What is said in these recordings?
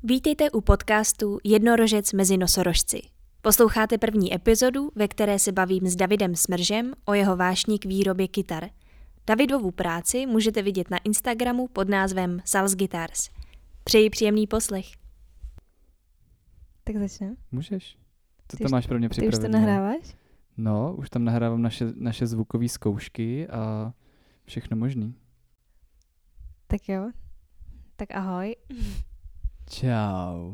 Vítejte u podcastu Jednorožec mezi nosorožci. Posloucháte první epizodu, ve které se bavím s Davidem Smržem o jeho vášni k výrobě kytar. Davidovu práci můžete vidět na Instagramu pod názvem Sals Guitars. Přeji příjemný poslech. Tak začneme. Můžeš. Co tam máš pro mě připravené? Ty už to nahráváš? No, už tam nahrávám naše zvukové zkoušky a všechno možný. Tak jo. Tak ahoj. Čau.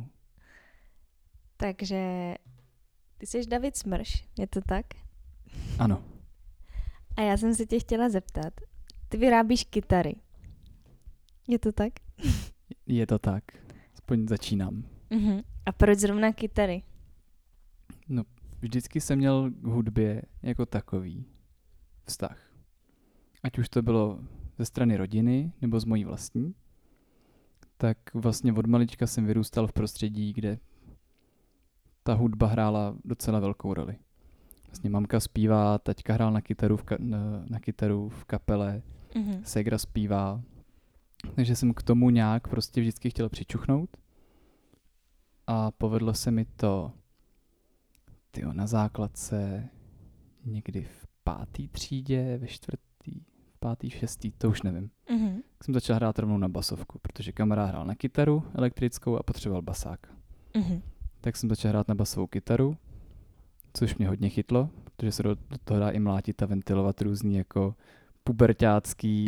Takže ty jsi David Smrž, je to tak? Ano. A já jsem se tě chtěla zeptat. Ty vyrábíš kytary. Je to tak? Je to tak. Aspoň začínám. Uh-huh. A proč zrovna kytary? No, vždycky jsem měl k hudbě jako takový vztah. Ať už to bylo ze strany rodiny nebo z mojí vlastní, tak vlastně od malička jsem vyrůstal v prostředí, kde ta hudba hrála docela velkou roli. Vlastně mamka zpívá, taťka hrál na kytaru v kapele, ségra zpívá. Takže jsem k tomu nějak prostě vždycky chtěl přičuchnout. A povedlo se mi to na základce někdy v 5. třídě, ve 4., v 5., 6., to už nevím. Tak jsem začal hrát rovnou na basovku, protože kamarád hrál na kytaru elektrickou a potřeboval basáka. Tak jsem začal hrát na basovou kytaru, což mě hodně chytlo, protože se do toho dá i mlátit a ventilovat různý jako puberťácký.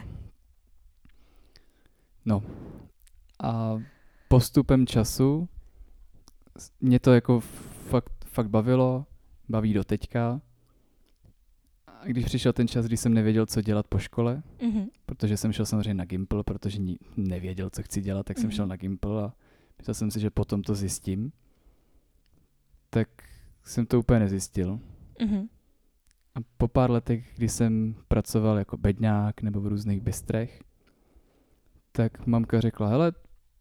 No. A postupem času mě to jako fakt bavilo, baví do teďka. A když přišel ten čas, kdy jsem nevěděl, co dělat po škole, protože jsem šel samozřejmě na Gimpl, protože nevěděl, co chci dělat, tak jsem šel na Gimpl a myslel jsem si, že potom to zjistím. Tak jsem to úplně nezjistil. A po pár letech, kdy jsem pracoval jako bedňák nebo v různých bistrech, tak mamka řekla, hele,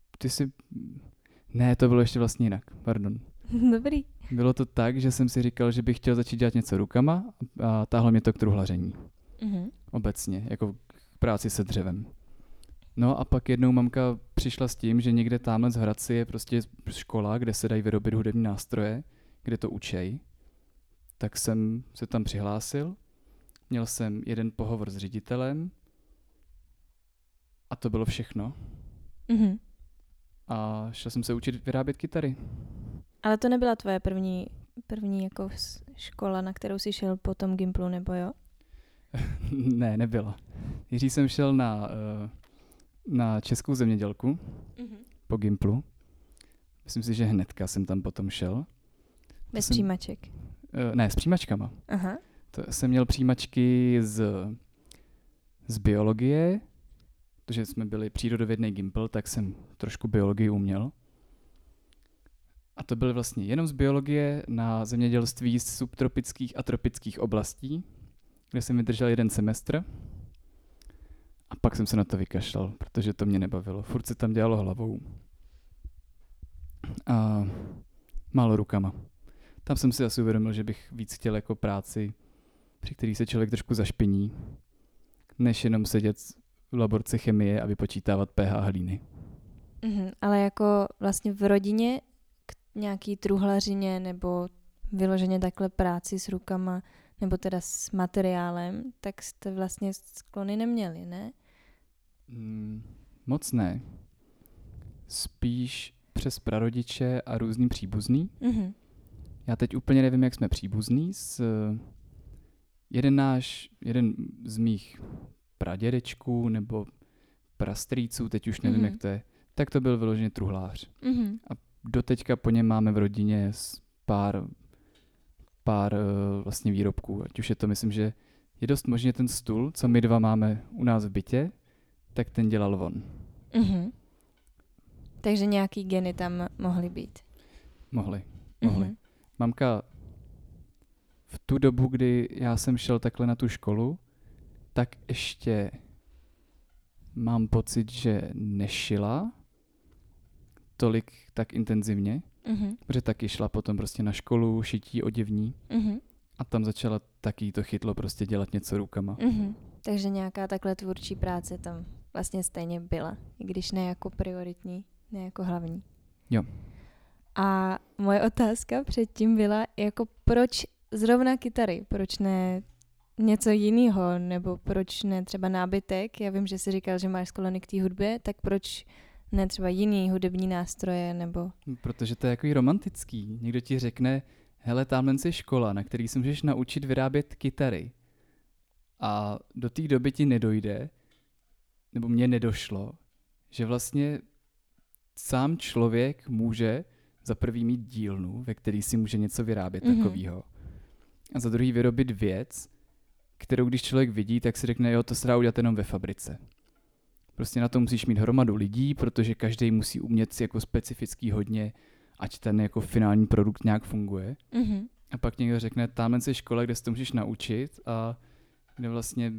Ne, to bylo ještě vlastně jinak, pardon. Dobrý. Bylo to tak, že jsem si říkal, že bych chtěl začít dělat něco rukama a táhlo mě to k truhlaření. Obecně, jako k práci se dřevem. No a pak jednou mamka přišla s tím, že někde tamhle z Hradci je prostě škola, kde se dají vyrobit hudební nástroje, kde to učej. Tak jsem se tam přihlásil, měl jsem jeden pohovor s ředitelem a to bylo všechno. A šel jsem se učit vyrábět kytary. Ale to nebyla tvoje první jako škola, na kterou jsi šel po tom Gimplu, nebo jo? Ne, nebyla. Jiří jsem šel na českou zemědělku po Gimplu. Myslím si, že hnedka jsem tam potom šel. Bez přijímaček? Ne, s přijímačkama. Aha. To jsem měl přijímačky z biologie, protože jsme byli přírodovědný Gimpl, tak jsem trošku biologii uměl. A to byly vlastně jenom z biologie na zemědělství z subtropických a tropických oblastí, kde jsem vydržel 1 semestr. A pak jsem se na to vykašlal, protože to mě nebavilo. Furt se tam dělalo hlavou. A málo rukama. Tam jsem si asi uvědomil, že bych víc chtěl jako práci, při který se člověk trošku zašpiní, než jenom sedět v laborce chemie a vypočítávat pH hlíny. Ale jako vlastně v rodině k nějaký truhlařině nebo vyloženě takhle práci s rukama nebo teda s materiálem, tak jste vlastně sklony neměli, ne? Moc ne. Spíš přes prarodiče a různý příbuzný. Já teď úplně nevím, jak jsme příbuzný. Jeden z mých pradědečků nebo prastrýců, teď už nevím, jak to je, tak to byl vyloženě truhlář. A doteďka po něm máme v rodině pár vlastně výrobků. Ať už je to, myslím, že je dost možně ten stůl, co my dva máme u nás v bytě, tak ten dělal on. Takže nějaký geny tam mohly být? Mohly. Mamka v tu dobu, kdy já jsem šel takhle na tu školu, tak ještě mám pocit, že nešila tolik tak intenzivně, protože taky šla potom prostě na školu, šití oděvní a tam začala taky to chytlo prostě dělat něco rukama. Takže nějaká takhle tvůrčí práce tam vlastně stejně byla, i když ne jako prioritní, ne jako hlavní. Jo. A moje otázka předtím byla, jako proč zrovna kytary, proč ne něco jiného, nebo proč ne třeba nábytek? Já vím, že jsi říkal, že máš sklony k té hudbě, tak proč ne třeba jiný hudební nástroje, nebo... Protože to je jako romantický. Někdo ti řekne, hele, tamhle je škola, na který se můžeš naučit vyrábět kytary. A do té doby ti nedojde, nebo mně nedošlo, že vlastně sám člověk může za prvý mít dílnu, ve který si může něco vyrábět takového. A za druhý vyrobit věc, kterou když člověk vidí, tak si řekne, jo, to se dá udělat jenom ve fabrice. Prostě na to musíš mít hromadu lidí, protože každý musí umět si jako specifický hodně, ať ten jako finální produkt nějak funguje. A pak někdo řekne, tamhle je škola, kde se to můžeš naučit a kde vlastně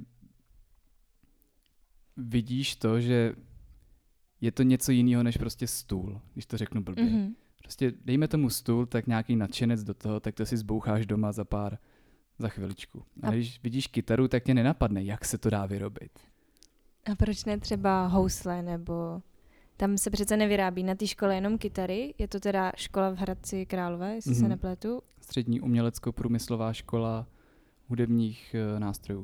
vidíš to, že je to něco jiného než prostě stůl, když to řeknu blbě. Prostě dejme tomu stůl, tak nějaký nadšenec do toho, tak to si zboucháš doma za chviličku. A když vidíš kytaru, tak tě nenapadne, jak se to dá vyrobit. A proč ne třeba housle, nebo... Tam se přece nevyrábí na té škole jenom kytary, je to teda škola v Hradci Králové, jestli se nepletu. Střední umělecko-průmyslová škola hudebních nástrojů.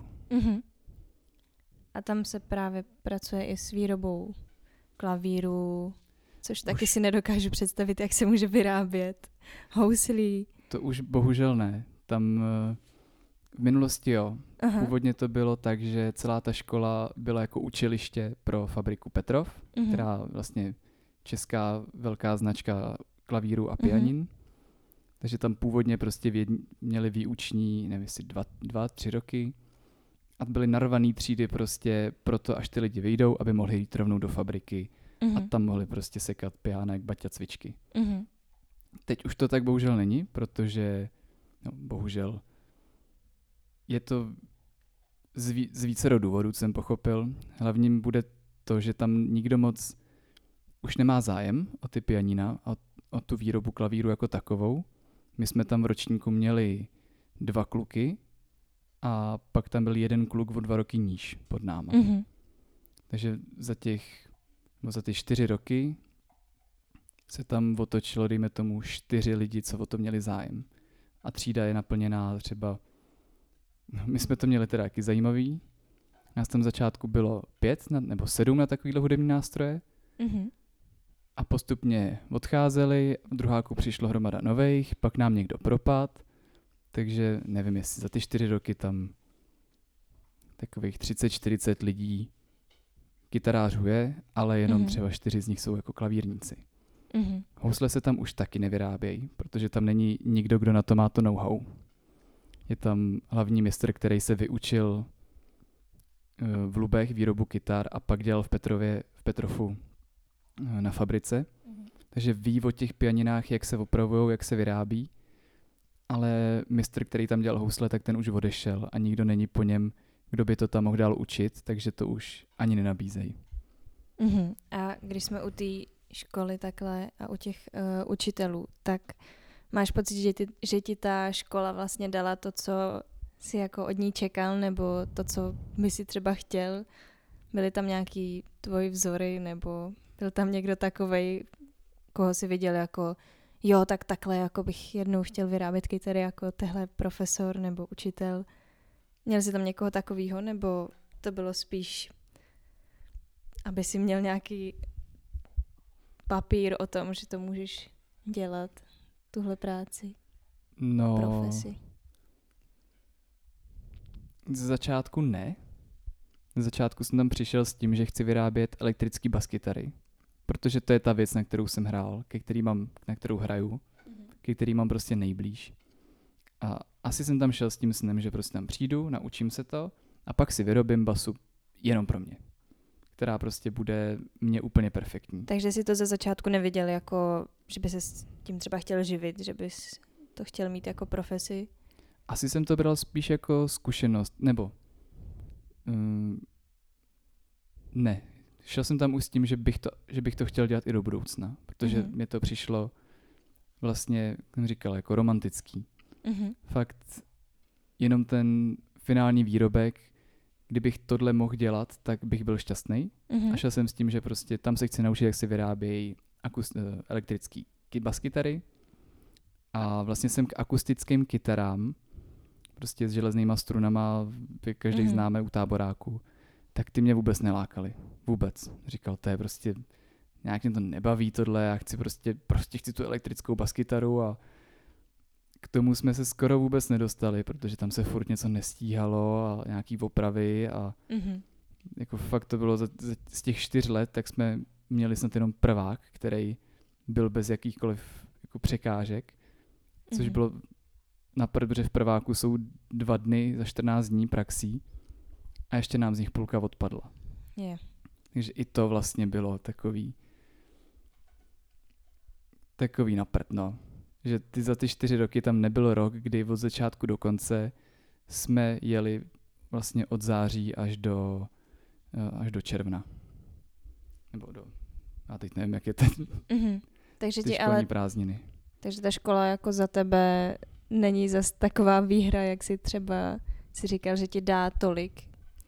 A tam se právě pracuje i s výrobou klavíru, což taky si nedokážu představit, jak se může vyrábět. Houslí. To už bohužel ne. Tam v minulosti jo. Původně to bylo tak, že celá ta škola byla jako učiliště pro fabriku Petrov, která vlastně česká velká značka klavíru a pianin. Takže tam původně prostě měli výuční, nevím jestli 2-3 roky a byly narvaný třídy prostě proto, až ty lidi vyjdou, aby mohli jít rovnou do fabriky a tam mohli prostě sekat piánek, baťa, cvičky. Teď už to tak bohužel není, protože bohužel je to z vícero důvodů, co jsem pochopil. Hlavním bude to, že tam nikdo moc už nemá zájem o ty pianina a o tu výrobu klavíru jako takovou. My jsme tam v ročníku měli 2 kluky a pak tam byl 1 kluk o 2 roky níž pod náma. Takže za ty 4 roky se tam otočilo, dejme tomu, 4 lidi, co o to měli zájem. A třída je naplněná třeba, my jsme to měli teda taky zajímavý. Nás tam v začátku bylo 5 nebo 7 na takovýhle hudební nástroje. A postupně odcházeli, v druháku přišlo hromada nových, pak nám někdo propad, takže nevím, jestli za ty 4 roky tam takových 30-40 lidí kytarářů je, ale jenom třeba 4 z nich jsou jako klavírníci. Housle se tam už taky nevyrábějí, protože tam není nikdo, kdo na to má to know-how. Je tam hlavní mistr, který se vyučil v Lubech výrobu kytar a pak dělal v Petrofu na fabrice. Takže ví o těch pianinách, jak se opravují, jak se vyrábí, ale mistr, který tam dělal housle, tak ten už odešel a nikdo není po něm, kdo by to tam mohl dál učit, takže to už ani nenabízejí. A když jsme u té školy takhle a u těch učitelů, tak máš pocit, že ti ta škola vlastně dala to, co jsi jako od ní čekal, nebo to, co by si třeba chtěl? Byly tam nějaký tvoji vzory, nebo byl tam někdo takovej, koho jsi viděl jako jo, tak takhle jako bych jednou chtěl vyrábět kytary jako tehle profesor nebo učitel? Měl jsi tam někoho takového, nebo to bylo spíš, aby si měl nějaký papír o tom, že to můžeš dělat, tuhle práci, profesi? Z začátku ne. Z začátku jsem tam přišel s tím, že chci vyrábět elektrický baskytary, protože to je ta věc, na kterou jsem hrál, na kterou hraju, ke který mám prostě nejblíž. A asi jsem tam šel s tím snem, že prostě tam přijdu, naučím se to a pak si vyrobím basu jenom pro mě, která prostě bude mě úplně perfektní. Takže si to ze začátku neviděl jako, že by se s tím třeba chtěl živit, že bys to chtěl mít jako profesi? Asi jsem to bral spíš jako zkušenost, nebo ne. Šel jsem tam už s tím, že bych to chtěl dělat i do budoucna, protože mě to přišlo vlastně, jak jsem říkal, jako romantický. Fakt jenom ten finální výrobek, kdybych tohle mohl dělat, tak bych byl šťastný. A šel jsem s tím, že prostě tam se chci naučit, jak se vyrábějí elektrický baskytary a vlastně jsem k akustickým kytarám, prostě s železnýma strunama, každý známe u táboráku, tak ty mě vůbec nelákaly. Vůbec. Říkal, to je prostě, nějak mě to nebaví tohle, já chci prostě chci tu elektrickou baskytaru a k tomu jsme se skoro vůbec nedostali, protože tam se furt něco nestíhalo a nějaký opravy a jako fakt to bylo z těch 4 let, tak jsme měli snad jenom prvák, který byl bez jakýchkoliv jako překážek, což bylo protože v prváku jsou 2 dny za 14 dní praxí a ještě nám z nich půlka odpadla. Yeah. Takže i to vlastně bylo takový naprt, no. Že za ty 4 roky tam nebyl rok, kdy od začátku do konce jsme jeli vlastně od září až do června. Nebo já teď nevím, jak je ten Takže ty školní prázdniny. Takže ta škola jako za tebe není zas taková výhra, jak si třeba si říkal, že ti dá tolik?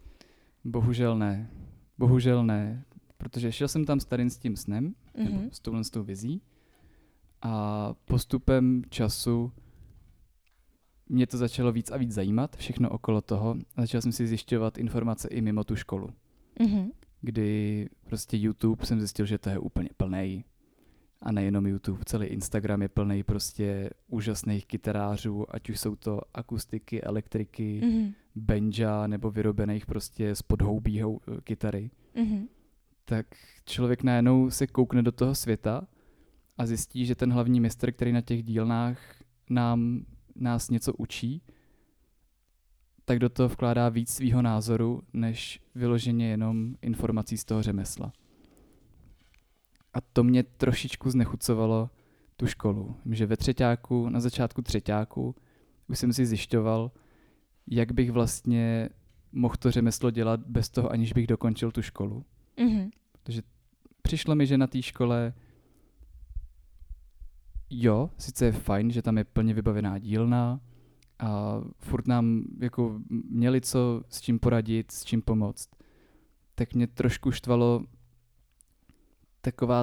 Bohužel ne. Protože šel jsem tam s tím snem, nebo s tou vizí a postupem času mě to začalo víc a víc zajímat, všechno okolo toho. A začal jsem si zjišťovat informace i mimo tu školu. Kdy prostě YouTube jsem zjistil, že to je úplně plnej. A nejenom YouTube, celý Instagram je plnej prostě úžasných kytarářů, ať už jsou to akustiky, elektriky, banja nebo vyrobených prostě z podhoubí kytary. Tak člověk najednou se koukne do toho světa a zjistí, že ten hlavní mistr, který na těch dílnách nás něco učí, tak do toho vkládá víc svýho názoru, než vyloženě jenom informací z toho řemesla. A to mě trošičku znechucovalo tu školu. Že na začátku třeťáku už jsem si zjišťoval, jak bych vlastně mohl to řemeslo dělat bez toho, aniž bych dokončil tu školu. Protože přišlo mi, že na té škole jo, sice je fajn, že tam je plně vybavená dílna a furt nám jako měli s čím poradit, s čím pomoct. Tak mě trošku štvalo taková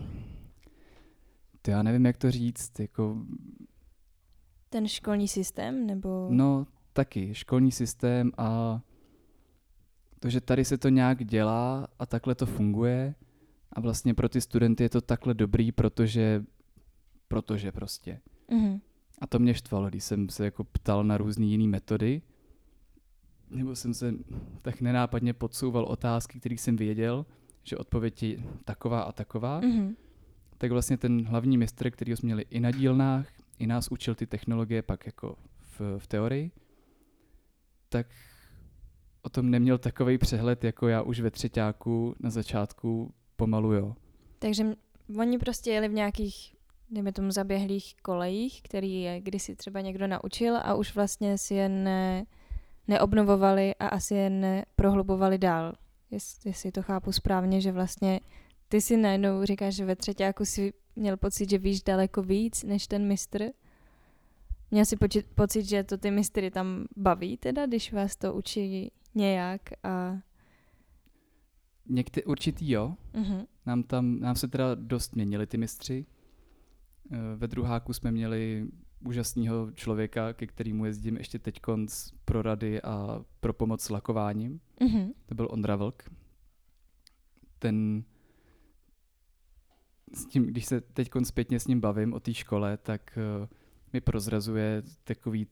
já nevím, jak to říct, jako... Ten školní systém, nebo... No, taky, školní systém a to, že tady se to nějak dělá a takhle to funguje a vlastně pro ty studenty je to takhle dobrý, protože prostě. A to mě štvalo, když jsem se jako ptal na různý jiný metody, nebo jsem se tak nenápadně podsouval otázky, které jsem věděl, že odpověď je taková a taková, tak vlastně ten hlavní mistr, který jsme měli i na dílnách, i nás učil ty technologie pak jako v teorii, tak o tom neměl takovej přehled, jako já už ve třeťáku na začátku pomalu, jo. Takže oni prostě jeli v nějakých, dejme tomu, zaběhlých kolejích, který je kdysi třeba někdo naučil a už vlastně si je neobnovovali a asi je neprohlubovali dál. Jestli to chápu správně, že vlastně ty si najednou říkáš, že ve třeťáku si měl pocit, že víš daleko víc než ten mistr. Měl si pocit, že to ty mistry tam baví teda, když vás to učí nějak a... Určitý jo. Nám se teda dost měnili ty mistři. Ve druháku jsme měli úžasného člověka, ke kterému jezdím ještě teďkonc pro rady a pro pomoc s lakováním. To byl Ondra Vlk. Když se teďkonc zpětně s ním bavím o té škole, tak mi prozrazuje takový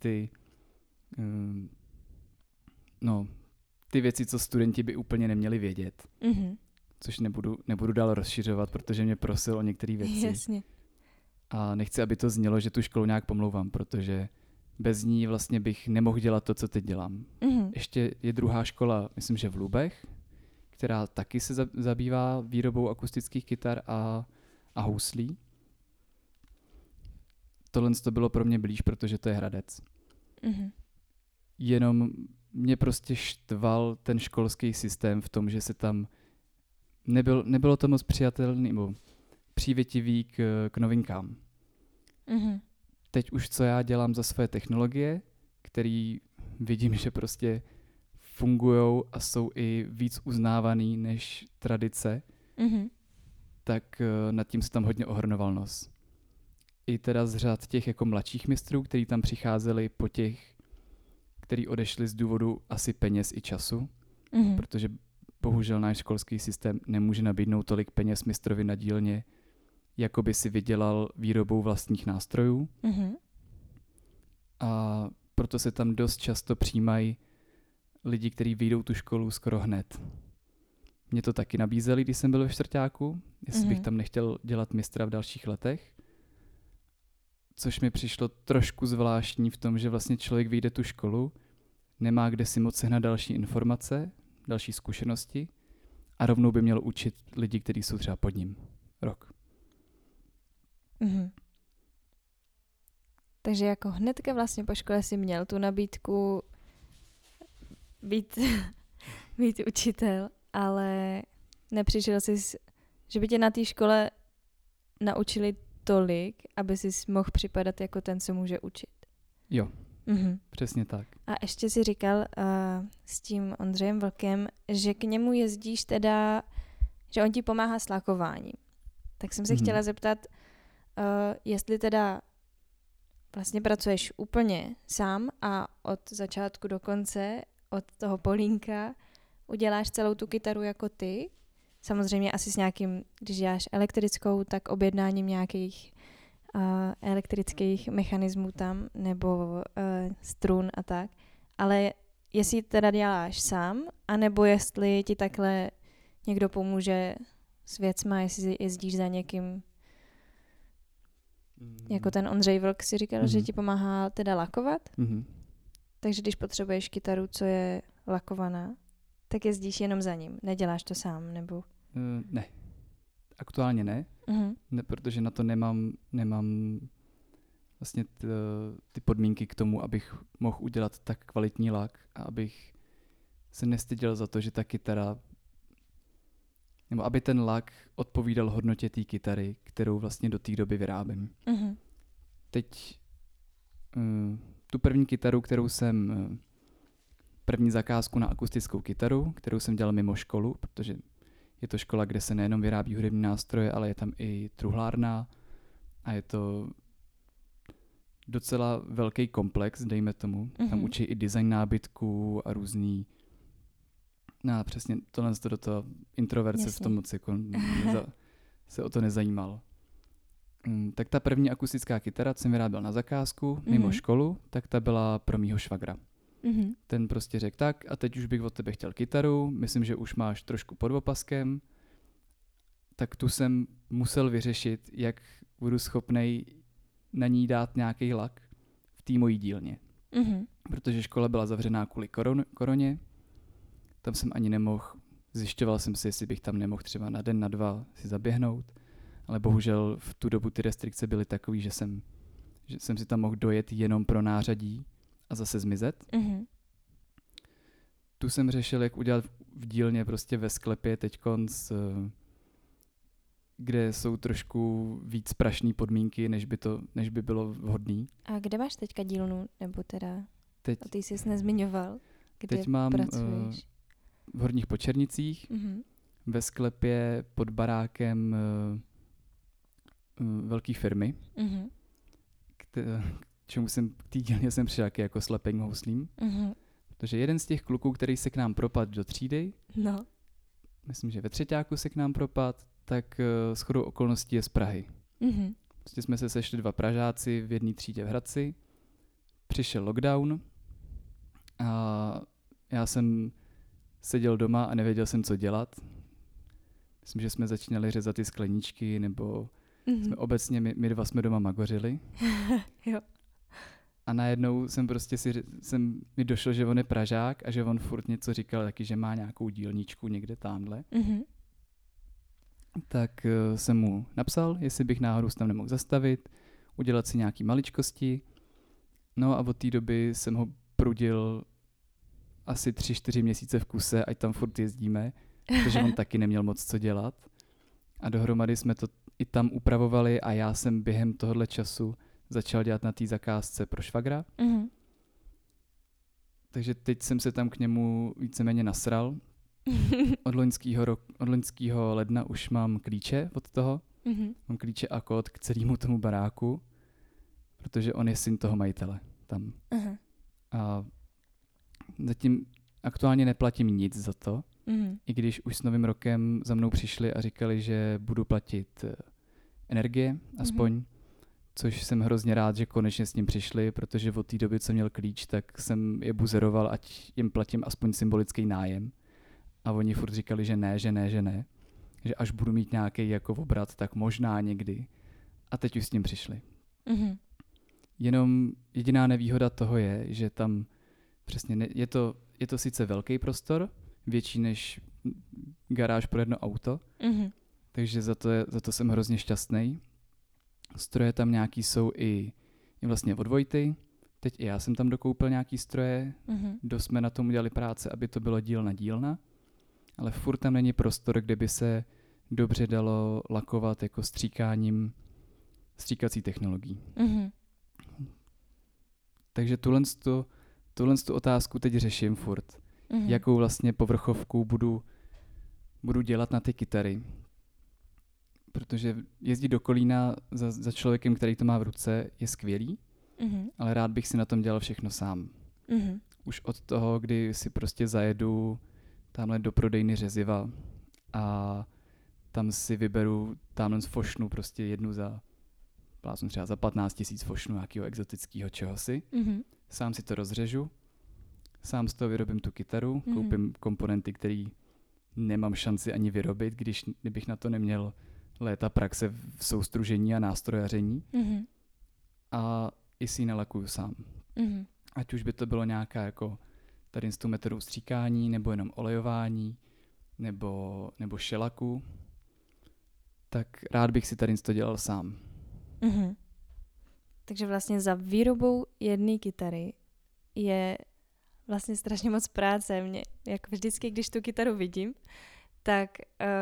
ty věci, co studenti by úplně neměli vědět. Což nebudu dál rozšiřovat, protože mě prosil o některé věci. Jasně. A nechci, aby to znělo, že tu školu nějak pomlouvám, protože bez ní vlastně bych nemohl dělat to, co teď dělám. Ještě je druhá škola, myslím, že v Lubech, která taky se zabývá výrobou akustických kytar a houslí. Tohle to bylo pro mě blíž, protože to je Hradec. Jenom mě prostě štval ten školský systém v tom, že se tam nebylo to moc přijatelný nebo přívětivý k novinkám. Teď už co já dělám za své technologie, které vidím, že prostě fungujou a jsou i víc uznávaný než tradice, tak nad tím se tam hodně ohrnoval nos. I teda z řad těch jako mladších mistrů, kteří tam přicházeli po těch, kteří odešli z důvodu asi peněz i času, protože bohužel náš školský systém nemůže nabídnout tolik peněz mistrovi na dílně, jako by si vydělal výrobou vlastních nástrojů. A proto se tam dost často přijímají lidi, kteří vyjdou tu školu skoro hned. Mě to taky nabízeli, když jsem byl ve čtvrťáku, jestli bych tam nechtěl dělat mistra v dalších letech. Což mi přišlo trošku zvláštní v tom, že vlastně člověk vyjde tu školu, nemá kde si moc sehnat další informace, další zkušenosti a rovnou by měl učit lidi, kteří jsou třeba pod ním rok. Takže jako hnedka vlastně po škole si měl tu nabídku být učitel, ale nepřišel jsi, že by tě na té škole naučili tolik, aby jsi mohl připadat jako ten, co může učit. Jo, přesně tak. A ještě si říkal s tím Ondřejem Vlkem, že k němu jezdíš teda, že on ti pomáhá s lakováním. Tak jsem se chtěla zeptat, jestli teda vlastně pracuješ úplně sám a od začátku do konce, od toho polínka, uděláš celou tu kytaru jako ty. Samozřejmě asi s nějakým, když děláš elektrickou, tak objednáním nějakých elektrických mechanismů tam, nebo strun a tak. Ale jestli teda děláš sám, anebo jestli ti takhle někdo pomůže s věcma, jestli jezdíš za někým. Jako ten Ondřej Vlk si říkal, že ti pomáhá teda lakovat. Takže když potřebuješ kytaru, co je lakovaná, tak jezdíš jenom za ním. Neděláš to sám, nebo? Ne. Aktuálně ne. Ne, protože na to nemám vlastně ty podmínky k tomu, abych mohl udělat tak kvalitní lak a abych se nestyděl za to, že ta kytara, nebo aby ten lak odpovídal hodnotě té kytary, kterou vlastně do té doby vyrábím. Teď tu první kytaru, první zakázku na akustickou kytaru, kterou jsem dělal mimo školu, protože je to škola, kde se nejenom vyrábí hudební nástroje, ale je tam i truhlárna a je to docela velký komplex, dejme tomu. Tam učí i design nábytků a různý. No přesně tohle do toho introvert se v tom moc jako se o to nezajímal. Tak ta první akustická kytara, co jsem vyráběl na zakázku mimo školu, tak ta byla pro mýho švagra. Ten prostě řekl tak a teď už bych od tebe chtěl kytaru, myslím, že už máš trošku pod opaskem, tak tu jsem musel vyřešit, jak budu schopnej na ní dát nějaký lak v té mojí dílně. Protože škola byla zavřená kvůli koroně, tam jsem ani nemohl, zjišťoval jsem si, jestli bych tam nemohl třeba na den, na dva si zaběhnout, ale bohužel v tu dobu ty restrikce byly takový, že jsem si tam mohl dojet jenom pro nářadí a zase zmizet. Tu jsem řešil, jak udělat v dílně prostě ve sklepě teďkonc, kde jsou trošku víc prašné podmínky, než by bylo vhodný. A kde máš teďka dílnu, nebo teda, ty jsi nezmiňoval, kde teď mám pracuješ? V Horních Počernicích, ve sklepě pod barákem velké firmy, k té dílně jsem přišel jako slepým houslím, protože jeden z těch kluků, který se k nám propadl do třídy, myslím, že ve třeťáku se k nám propadl, tak shodou okolností je z Prahy. Prostě jsme se sešli 2 Pražáci v jedné třídě v Hradci, přišel lockdown a já jsem seděl doma a nevěděl jsem, co dělat. Myslím, že jsme začínali řezat ty skleničky, nebo jsme obecně, my 2 jsme doma magořili. Jo. A najednou mi došlo, že on je Pražák a že on furt něco říkal taky, že má nějakou dílničku někde tamhle. Tak jsem mu napsal, jestli bych náhodou tam nemohl zastavit, udělat si nějaký maličkosti. No a od té doby jsem ho prudil asi 3-4 měsíce v kuse, ať tam furt jezdíme, protože on taky neměl moc co dělat. A dohromady jsme to i tam upravovali a já jsem během tohohle času začal dělat na té zakázce pro švagra. Takže teď jsem se tam k němu víceméně nasral Od loňského ledna už mám klíče od toho. Mám klíče a kód k celému tomu baráku, protože on je syn toho majitele tam. A zatím aktuálně neplatím nic za to, i když už s Novým rokem za mnou přišli a říkali, že budu platit energie aspoň, což jsem hrozně rád, že konečně s ním přišli, protože od té doby, co měl klíč, tak jsem je buzeroval, ať jim platím aspoň symbolický nájem. A oni furt říkali, že ne. Že až budu mít nějaký jako obrat, tak možná někdy. A teď už s ním přišli. Jenom jediná nevýhoda toho je, že tam přesně je to sice velký prostor, větší než garáž pro jedno auto, takže za to jsem hrozně šťastný. Stroje tam nějaký jsou i vlastně od Vojty. Teď i já jsem tam dokoupil nějaký stroje. Dost jsme na tom udělali práce, aby to bylo dílna. Ale furt tam není prostor, kde by se dobře dalo lakovat jako stříkací technologií. Takže tuhle otázku teď řeším furt. Jakou vlastně povrchovku budu dělat na ty kytary. Protože jezdit do Kolína za člověkem, který to má v ruce, je skvělý, ale rád bych si na tom dělal všechno sám. Už od toho, kdy si prostě zajedu tamhle do prodejny řeziva a tam si vyberu tamhle z fošnu prostě jednu třeba za 15 000 fošnů nějakého exotického čehosi. Sám si to rozřežu, sám z toho vyrobím tu kytaru, koupím komponenty, které nemám šanci ani vyrobit, kdybych na to neměl léta praxe v soustružení a nástrojaření. A i si ji nalakuju sám. Ať už by to bylo nějaká jako tady s tou metodou stříkání, nebo jenom olejování, nebo šelaku, tak rád bych si tady to dělal sám. Takže vlastně za výrobou jedné kytary je vlastně strašně moc práce. Mě, jak vždycky, když tu kytaru vidím, tak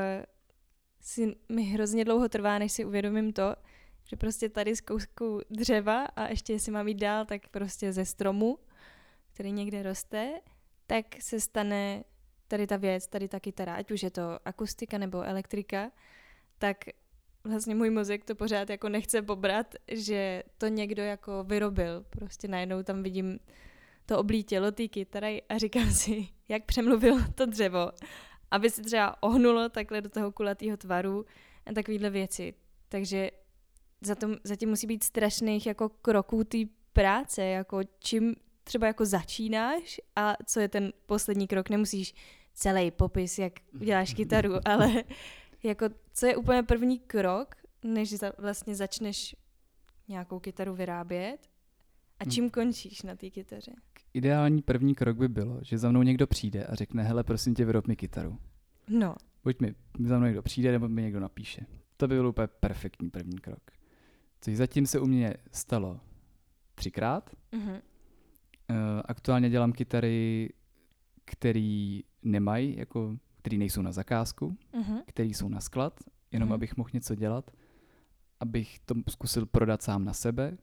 mi hrozně dlouho trvá, než si uvědomím to, že prostě tady z kousku dřeva a ještě jestli mám jít dál, tak prostě ze stromu, který někde roste, tak se stane tady ta věc, tady ta kytara, ať už je to akustika nebo elektrika, tak vlastně můj mozek to pořád jako nechce pobrat, že to někdo jako vyrobil. Prostě najednou tam vidím to oblí tělo té kytary a říkám si, jak přemluvil to dřevo, aby se třeba ohnulo takhle do toho kulatého tvaru a takovýhle věci. Takže zatím musí být strašných jako kroků té práce, jako čím třeba jako začínáš a co je ten poslední krok. Nemusíš celý popis, jak děláš kytaru, ale jako co je úplně první krok, než vlastně začneš nějakou kytaru vyrábět a čím končíš na té kytaře? Ideální první krok by bylo, že za mnou někdo přijde a řekne, hele, prosím tě, vyrob mi kytaru. No. Buď za mnou někdo přijde, nebo mi někdo napíše. To by byl úplně perfektní první krok. Což zatím se u mě stalo 3krát. Aktuálně dělám kytary, který nemají, jako, který nejsou na zakázku, který jsou na sklad, jenom abych mohl něco dělat, abych to zkusil prodat sám na sebe.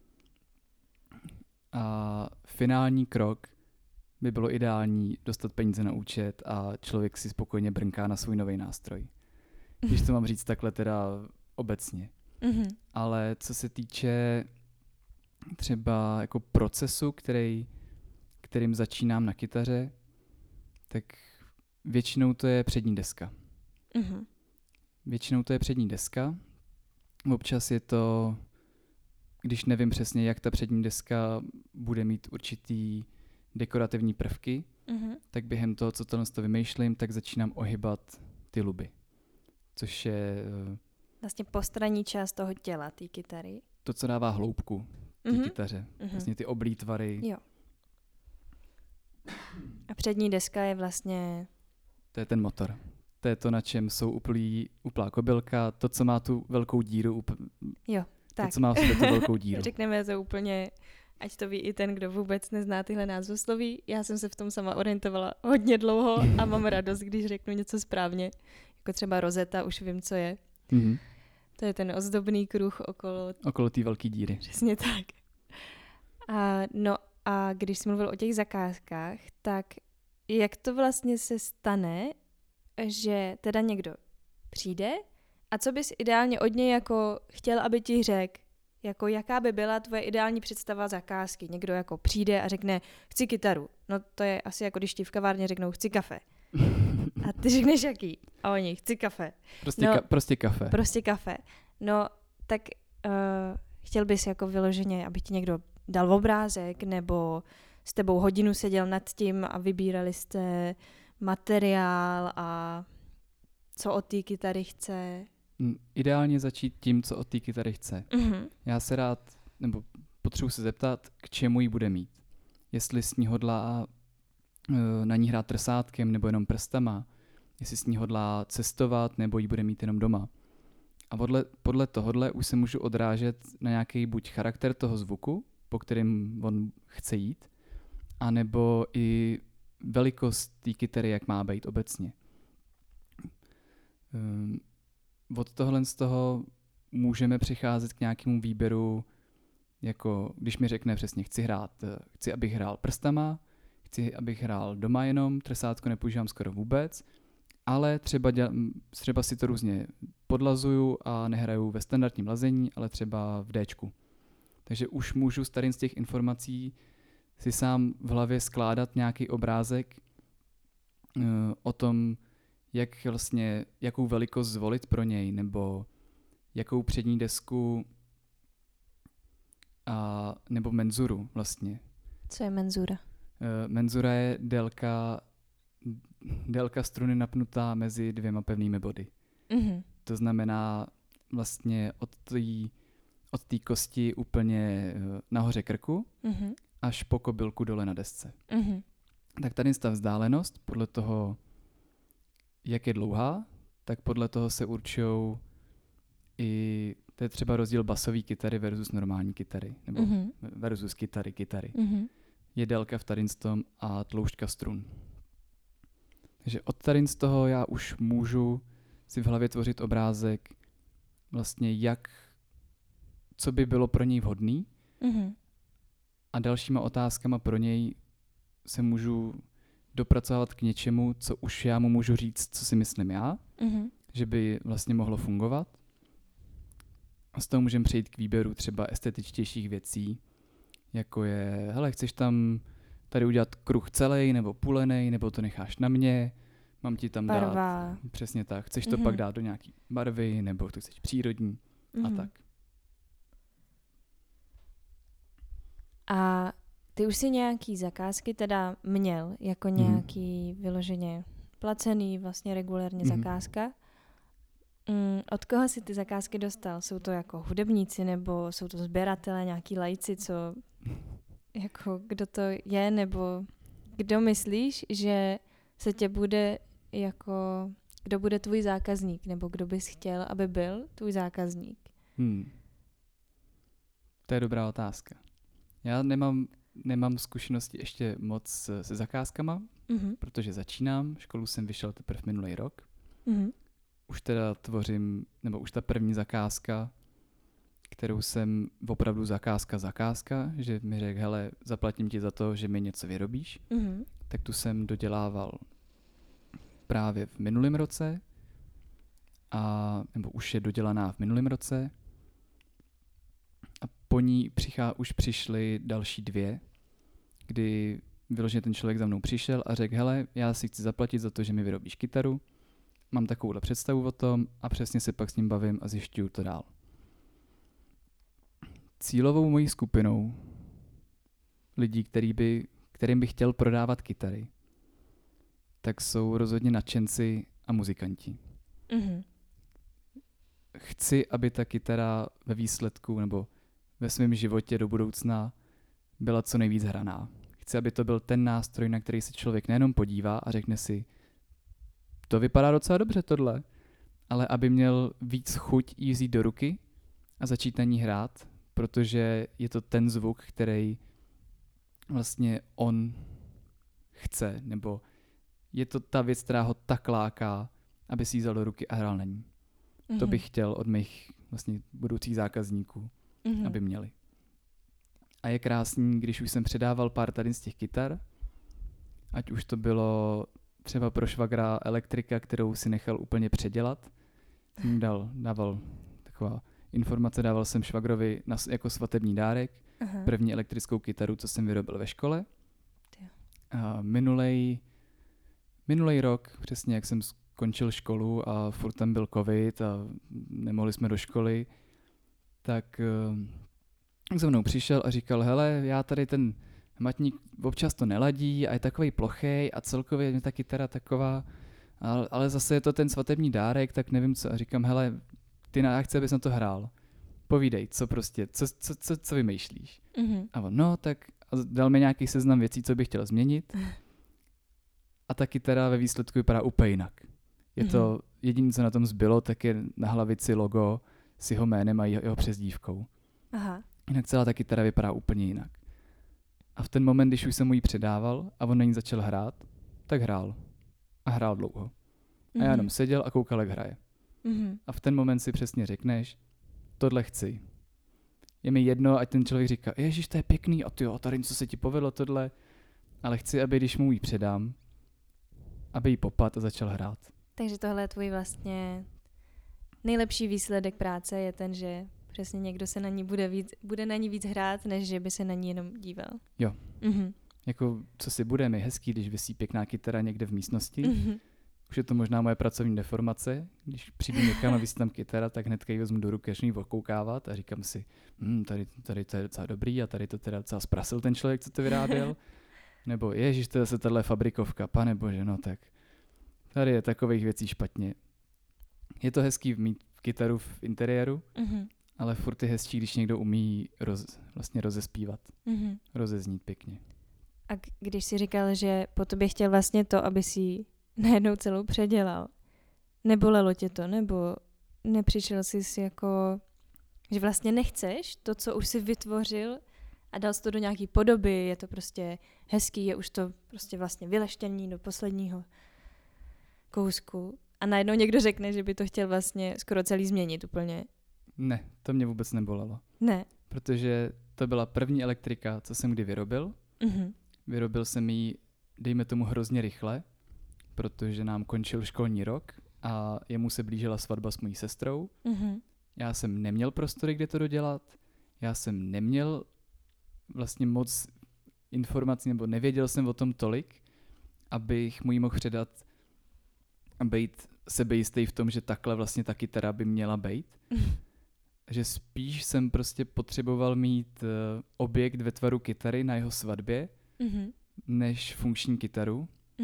A finální krok by bylo ideální dostat peníze na účet a člověk si spokojně brnká na svůj nový nástroj. Když to mám říct takhle teda obecně. Ale co se týče třeba jako procesu, kterým začínám na kytaře, tak většinou to je přední deska. Občas je to, když nevím přesně, jak ta přední deska bude mít určitý dekorativní prvky, tak během toho, co tohle vymýšlím, tak začínám ohybat ty luby. Což je vlastně postranní část toho těla té kytary. To, co dává hloubku té kytaře. Vlastně ty oblí tvary. Jo. A přední deska je vlastně... To je ten motor. To je to, na čem jsou uplá kobylka, to, co má tu velkou díru. Jo, tak. To, co má v sobě tu velkou díru. Řekneme to úplně, ať to ví i ten, kdo vůbec nezná tyhle názvosloví. Já jsem se v tom sama orientovala hodně dlouho a mám radost, když řeknu něco správně. Jako třeba rozeta, už vím, co je. To je ten ozdobný kruh okolo té velké díry. Přesně tak. A když jsi mluvil o těch zakázkách, tak jak to vlastně se stane, že teda někdo přijde a co bys ideálně od něj jako chtěl, aby ti řekl, jako jaká by byla tvoje ideální představa zakázky. Někdo jako přijde a řekne, chci kytaru. No to je asi jako když ti v kavárně řeknou, chci kafe. A ty řekneš jaký? A oni, chci kafe. Prostě kafe. Prostě kafe. No, tak chtěl bys jako vyloženě, aby ti někdo dal obrázek, nebo s tebou hodinu seděl nad tím a vybírali jste materiál a co od té kytary chce. Ideálně začít tím, co od té kytary chce. Mm-hmm. Já se rád, nebo potřebuji se zeptat, k čemu ji bude mít. Jestli s ní hodlá na ní hrát trsátkem nebo jenom prstama, jestli s ní hodlá cestovat nebo ji bude mít jenom doma. A podle tohohle už se můžu odrážet na nějaký buď charakter toho zvuku, po kterém on chce jít, anebo i velikost té kytary, jak má být obecně. Od tohle z toho můžeme přicházet k nějakému výběru, jako když mi řekne přesně, chci, abych hrál prstama, chci, abych hrál doma jenom, trsátko nepoužívám skoro vůbec, ale třeba si to různě podlazuju a nehraju ve standardním lazení, ale třeba v Dčku. Takže už můžu z těch informací si sám v hlavě skládat nějaký obrázek o tom, jakou velikost zvolit pro něj, nebo jakou přední desku nebo menzuru vlastně. Co je menzura? Menzura je délka struny napnutá mezi dvěma pevnými body. Mm-hmm. To znamená vlastně od té kosti úplně nahoře krku až po kobylku dole na desce. Mm-hmm. Tak tady ta vzdálenost, podle toho, jak je dlouhá, tak podle toho se určují i, to je třeba rozdíl basové kytary versus normální kytary, nebo versus kytary. Mm-hmm. Je délka v tady tom a tloušťka strun. Takže od tady z toho já už můžu si v hlavě tvořit obrázek vlastně co by bylo pro něj vhodný a dalšíma otázkama pro něj se můžu dopracovat k něčemu, co už já mu můžu říct, co si myslím já, že by vlastně mohlo fungovat. A z toho můžeme přejít k výběru třeba estetičtějších věcí, jako je, hele, chceš tady udělat kruh celý, nebo půlenej, nebo to necháš na mě, mám ti tam dát, přesně tak, chceš to pak dát do nějaký barvy, nebo to chceš přírodní a tak. A ty už si nějaký zakázky teda měl, jako nějaký vyloženě placený, vlastně regulérně zakázka. Od koho si ty zakázky dostal? Jsou to jako hudebníci, nebo jsou to sběratelé, nějaký lajci, jako kdo to je, nebo kdo myslíš, že se tě bude kdo bude tvůj zákazník, nebo kdo bys chtěl, aby byl tvůj zákazník? To je dobrá otázka. Já nemám zkušenosti ještě moc se zakázkama, protože začínám, školu jsem vyšel teprve minulý rok. Už teda tvořím, nebo už ta první zakázka, kterou jsem opravdu zakázka, že mi řekl, hele, zaplatím ti za to, že mi něco vyrobíš, tak tu jsem dodělával právě v minulém roce, nebo už je dodělaná v minulém roce a po ní už přišly další 2, kdy vyloženě ten člověk za mnou přišel a řekl, hele, já si chci zaplatit za to, že mi vyrobíš kytaru, mám takovouhle představu o tom a přesně se pak s ním bavím a zjišťuju to dál. Cílovou mojí skupinou lidí, kterým bych chtěl prodávat kytary, tak jsou rozhodně nadšenci a muzikanti. Chci, aby ta kytara ve výsledku nebo ve svém životě do budoucna byla co nejvíc hraná. Chci, aby to byl ten nástroj, na který se člověk nejenom podívá a řekne si, to vypadá docela dobře tohle, ale aby měl víc chuť jí vzít do ruky a začít na ní hrát, protože je to ten zvuk, který vlastně on chce, nebo je to ta věc, která ho tak láká, aby si ji vzal do ruky a hrál na ní. To bych chtěl od mých vlastně budoucích zákazníků, aby měli. A je krásný, když už jsem předával pár tady z těch kytar ať už to bylo třeba pro švagra elektrika, kterou si nechal úplně předělat. Jsem dával taková informace, dával jsem švagrovi jako svatební dárek první elektrickou kytaru, co jsem vyrobil ve škole. A minulej rok, přesně jak jsem skončil školu a furt tam byl covid a nemohli jsme do školy, tak za mnou přišel a říkal, hele, já tady ten matník občas to neladí a je takovej plochej a celkově je ta kytara taková, ale zase je to ten svatební dárek, tak nevím co. A říkám, hele, ty já chci, abys na to hrál. Povídej, co vymýšlíš? A on, no tak dal mi nějaký seznam věcí, co bych chtěl změnit. A ta kytara ve výsledku vypadá úplně jinak. Je to jediné, co na tom zbylo, tak je na hlavici logo s jeho jménem a jeho přezdívkou. Aha. Jinak celá ta kytara vypadá úplně jinak. A v ten moment, když už jsem mu ji předával a on na ní začal hrát, tak hrál. A hrál dlouho. A já jenom seděl a koukal, jak hraje. A v ten moment si přesně řekneš, tohle chci. Je mi jedno, ať ten člověk říká, ježiš, to je pěkný, a tyjo, tady co se ti povedlo tohle. Ale chci, aby když mu ji předám, aby ji popad a začal hrát. Takže tohle je tvůj vlastně nejlepší výsledek práce je ten, že přesně někdo se na ní bude na ní víc hrát, než že by se na ní jenom díval. Jo. Jako, co si bude mi hezký, když visí pěkná kytara někde v místnosti. Už je to možná moje pracovní deformace. Když přijdu někam a visí tam kytara, tak hnedka ji vezmu do ruky, až ji okoukávat a říkám si, tady to je docela dobrý a tady to teda docela zprasil ten člověk, co to vyráběl. Nebo ježiš, to je zase tahle fabrikovka, pane bože, no tak. Tady je takových věcí špatně. Je to hezký mít kytaru v interiéru, ale furt je hezčí, když někdo umí vlastně rozespívat. Rozeznít pěkně. A když jsi říkal, že po tobě chtěl vlastně to, aby si najednou celou předělal, nebolelo tě to, nebo nepřišel jsi jako, že vlastně nechceš to, co už jsi vytvořil a dal jsi to do nějaký podoby, je to prostě hezký, je už to prostě vlastně vyleštění do posledního kousku a najednou někdo řekne, že by to chtěl vlastně skoro celý změnit úplně. Ne, to mě vůbec nebolelo. Ne. Protože to byla první elektrika, co jsem kdy vyrobil. Vyrobil jsem ji, dejme tomu, hrozně rychle, protože nám končil školní rok a jemu se blížila svatba s mojí sestrou. Já jsem neměl prostory, kde to dodělat. Já jsem neměl vlastně moc informací, nebo nevěděl jsem o tom tolik, abych mu ji mohl předat a být sebejistý v tom, že takhle vlastně ta kytara by měla být. Že spíš jsem prostě potřeboval mít objekt ve tvaru kytary na jeho svatbě, než funkční kytaru,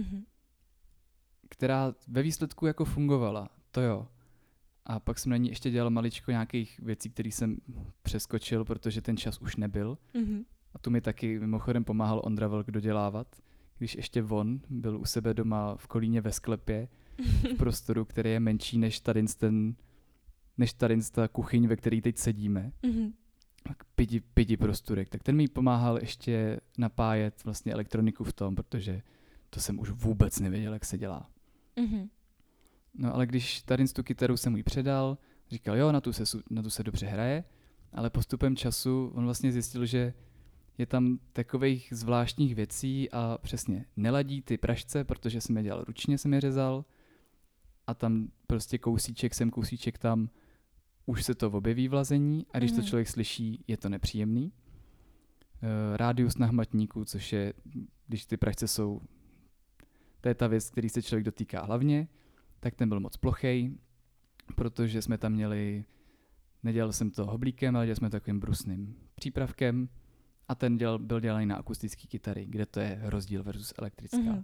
která ve výsledku jako fungovala, to jo. A pak jsem na ní ještě dělal maličko nějakých věcí, které jsem přeskočil, protože ten čas už nebyl. A tu mi taky mimochodem pomáhal Ondra Vlk dodělávat, když ještě on byl u sebe doma v Kolíně ve sklepě, v prostoru, který je menší než tady ta kuchyň, ve které teď sedíme. Tak 5 prostorek. Tak ten mi pomáhal ještě napájet vlastně elektroniku v tom, protože to jsem už vůbec nevěděl, jak se dělá. No ale když tady tu kytaru jsem mu ji předal, říkal, jo, na tu se dobře hraje, ale postupem času on vlastně zjistil, že je tam takových zvláštních věcí a přesně neladí ty pražce, protože jsem je dělal ručně, jsem je řezal a tam prostě kousíček sem, kousíček tam, už se to objeví v lazení a když to člověk slyší, je to nepříjemný. Rádius na hmatníku, což je, když ty pražce jsou, to je ta věc, který se člověk dotýká hlavně, tak ten byl moc plochej, protože jsme tam měli, nedělal jsem to hoblíkem, ale dělali jsme takovým brusným přípravkem a ten byl dělaný na akustické kytary, kde to je rozdíl versus elektrická.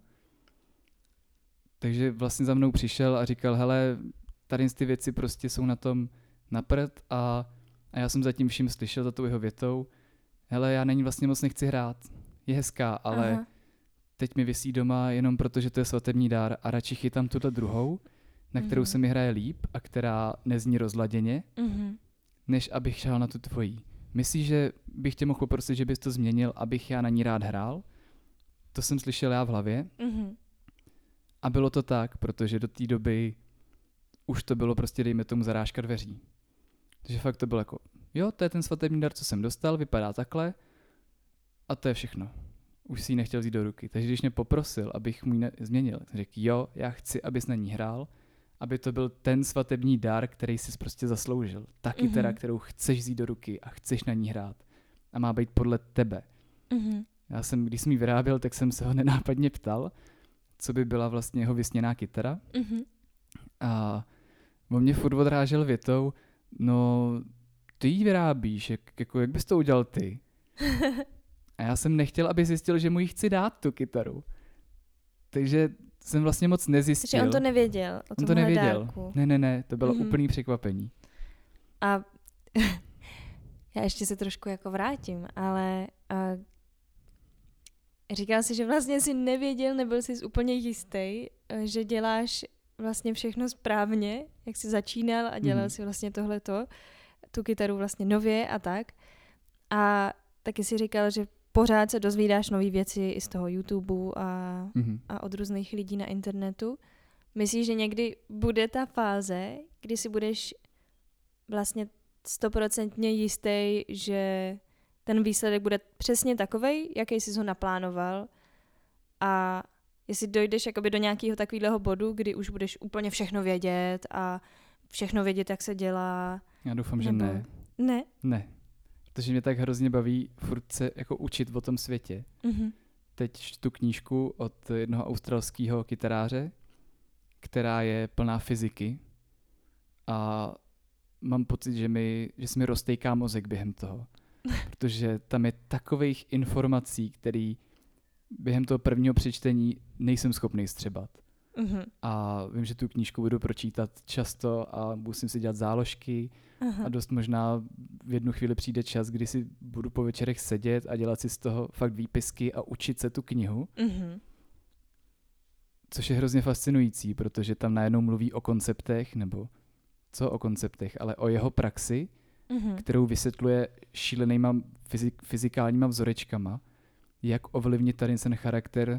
Takže vlastně za mnou přišel a říkal, hele, tady ty věci prostě jsou na tom na prd a já jsem zatím vším slyšel za tou jeho větou, hele, já na ní vlastně moc nechci hrát, je hezká, ale teď mi visí doma jenom proto, že to je svatební dár a radši chytám tuhle druhou, na kterou se mi hraje líp a která nezní rozladěně, než abych šel na tu tvojí. Myslíš, že bych tě mohl poprosit, že bys to změnil, abych já na ní rád hrál? To jsem slyšel já v hlavě. A bylo to tak, protože do té doby už to bylo prostě, dejme tomu, zarážka dveří. Takže fakt to bylo jako, jo, to je ten svatební dar, co jsem dostal, vypadá takhle a to je všechno. už si ji nechtěl vzít do ruky. Takže když mě poprosil, abych mu ji změnil, řekl, jo, já chci, abys na ní hrál, aby to byl ten svatební dar, který jsi prostě zasloužil. Ta kytara, kterou chceš vzít do ruky a chceš na ní hrát. A má být podle tebe. Když jsem ji vyráběl, tak jsem se ho nenápadně ptal, co by byla vlastně jeho vysněná kytara. A on mě furt odrážel větou, no ty ji vyrábíš, jak bys to udělal ty? A já jsem nechtěl, aby zjistil, že mu ji chci dát, tu kytaru. Takže jsem vlastně moc nezjistil. Takže on to nevěděl o tomhle dárku. Ne, to bylo úplný překvapení. A já ještě se trošku jako vrátím, ale říkal jsi, že vlastně si nevěděl, nebyl jsi úplně jistý, že děláš vlastně všechno správně, jak jsi začínal a dělal si vlastně tohleto, tu kytaru vlastně nově a tak. A taky si říkal, že pořád se dozvídáš nové věci i z toho YouTube a od různých lidí na internetu. Myslíš, že někdy bude ta fáze, kdy si budeš vlastně 100% jistý, že ten výsledek bude přesně takovej, jaký jsi ho naplánoval, a jestli dojdeš jakoby do nějakého takového bodu, kdy už budeš úplně všechno vědět a všechno vědět, jak se dělá? Já doufám, že ne. Ne? Ne. Protože mě tak hrozně baví furt se jako učit o tom světě. Teď čtu knížku od jednoho australského kytaráře, která je plná fyziky, a mám pocit, že se mi roztejká mozek během toho. Protože tam je takových informací, který během toho prvního přečtení nejsem schopný střebat. A vím, že tu knížku budu pročítat často a musím si dělat záložky a dost možná v jednu chvíli přijde čas, kdy si budu po večerech sedět a dělat si z toho fakt výpisky a učit se tu knihu. Což je hrozně fascinující, protože tam najednou mluví o konceptech, nebo co o konceptech, ale o jeho praxi, kterou vysvětluje šílenýma fyzikálníma vzorečkama, jak ovlivnit tady ten charakter,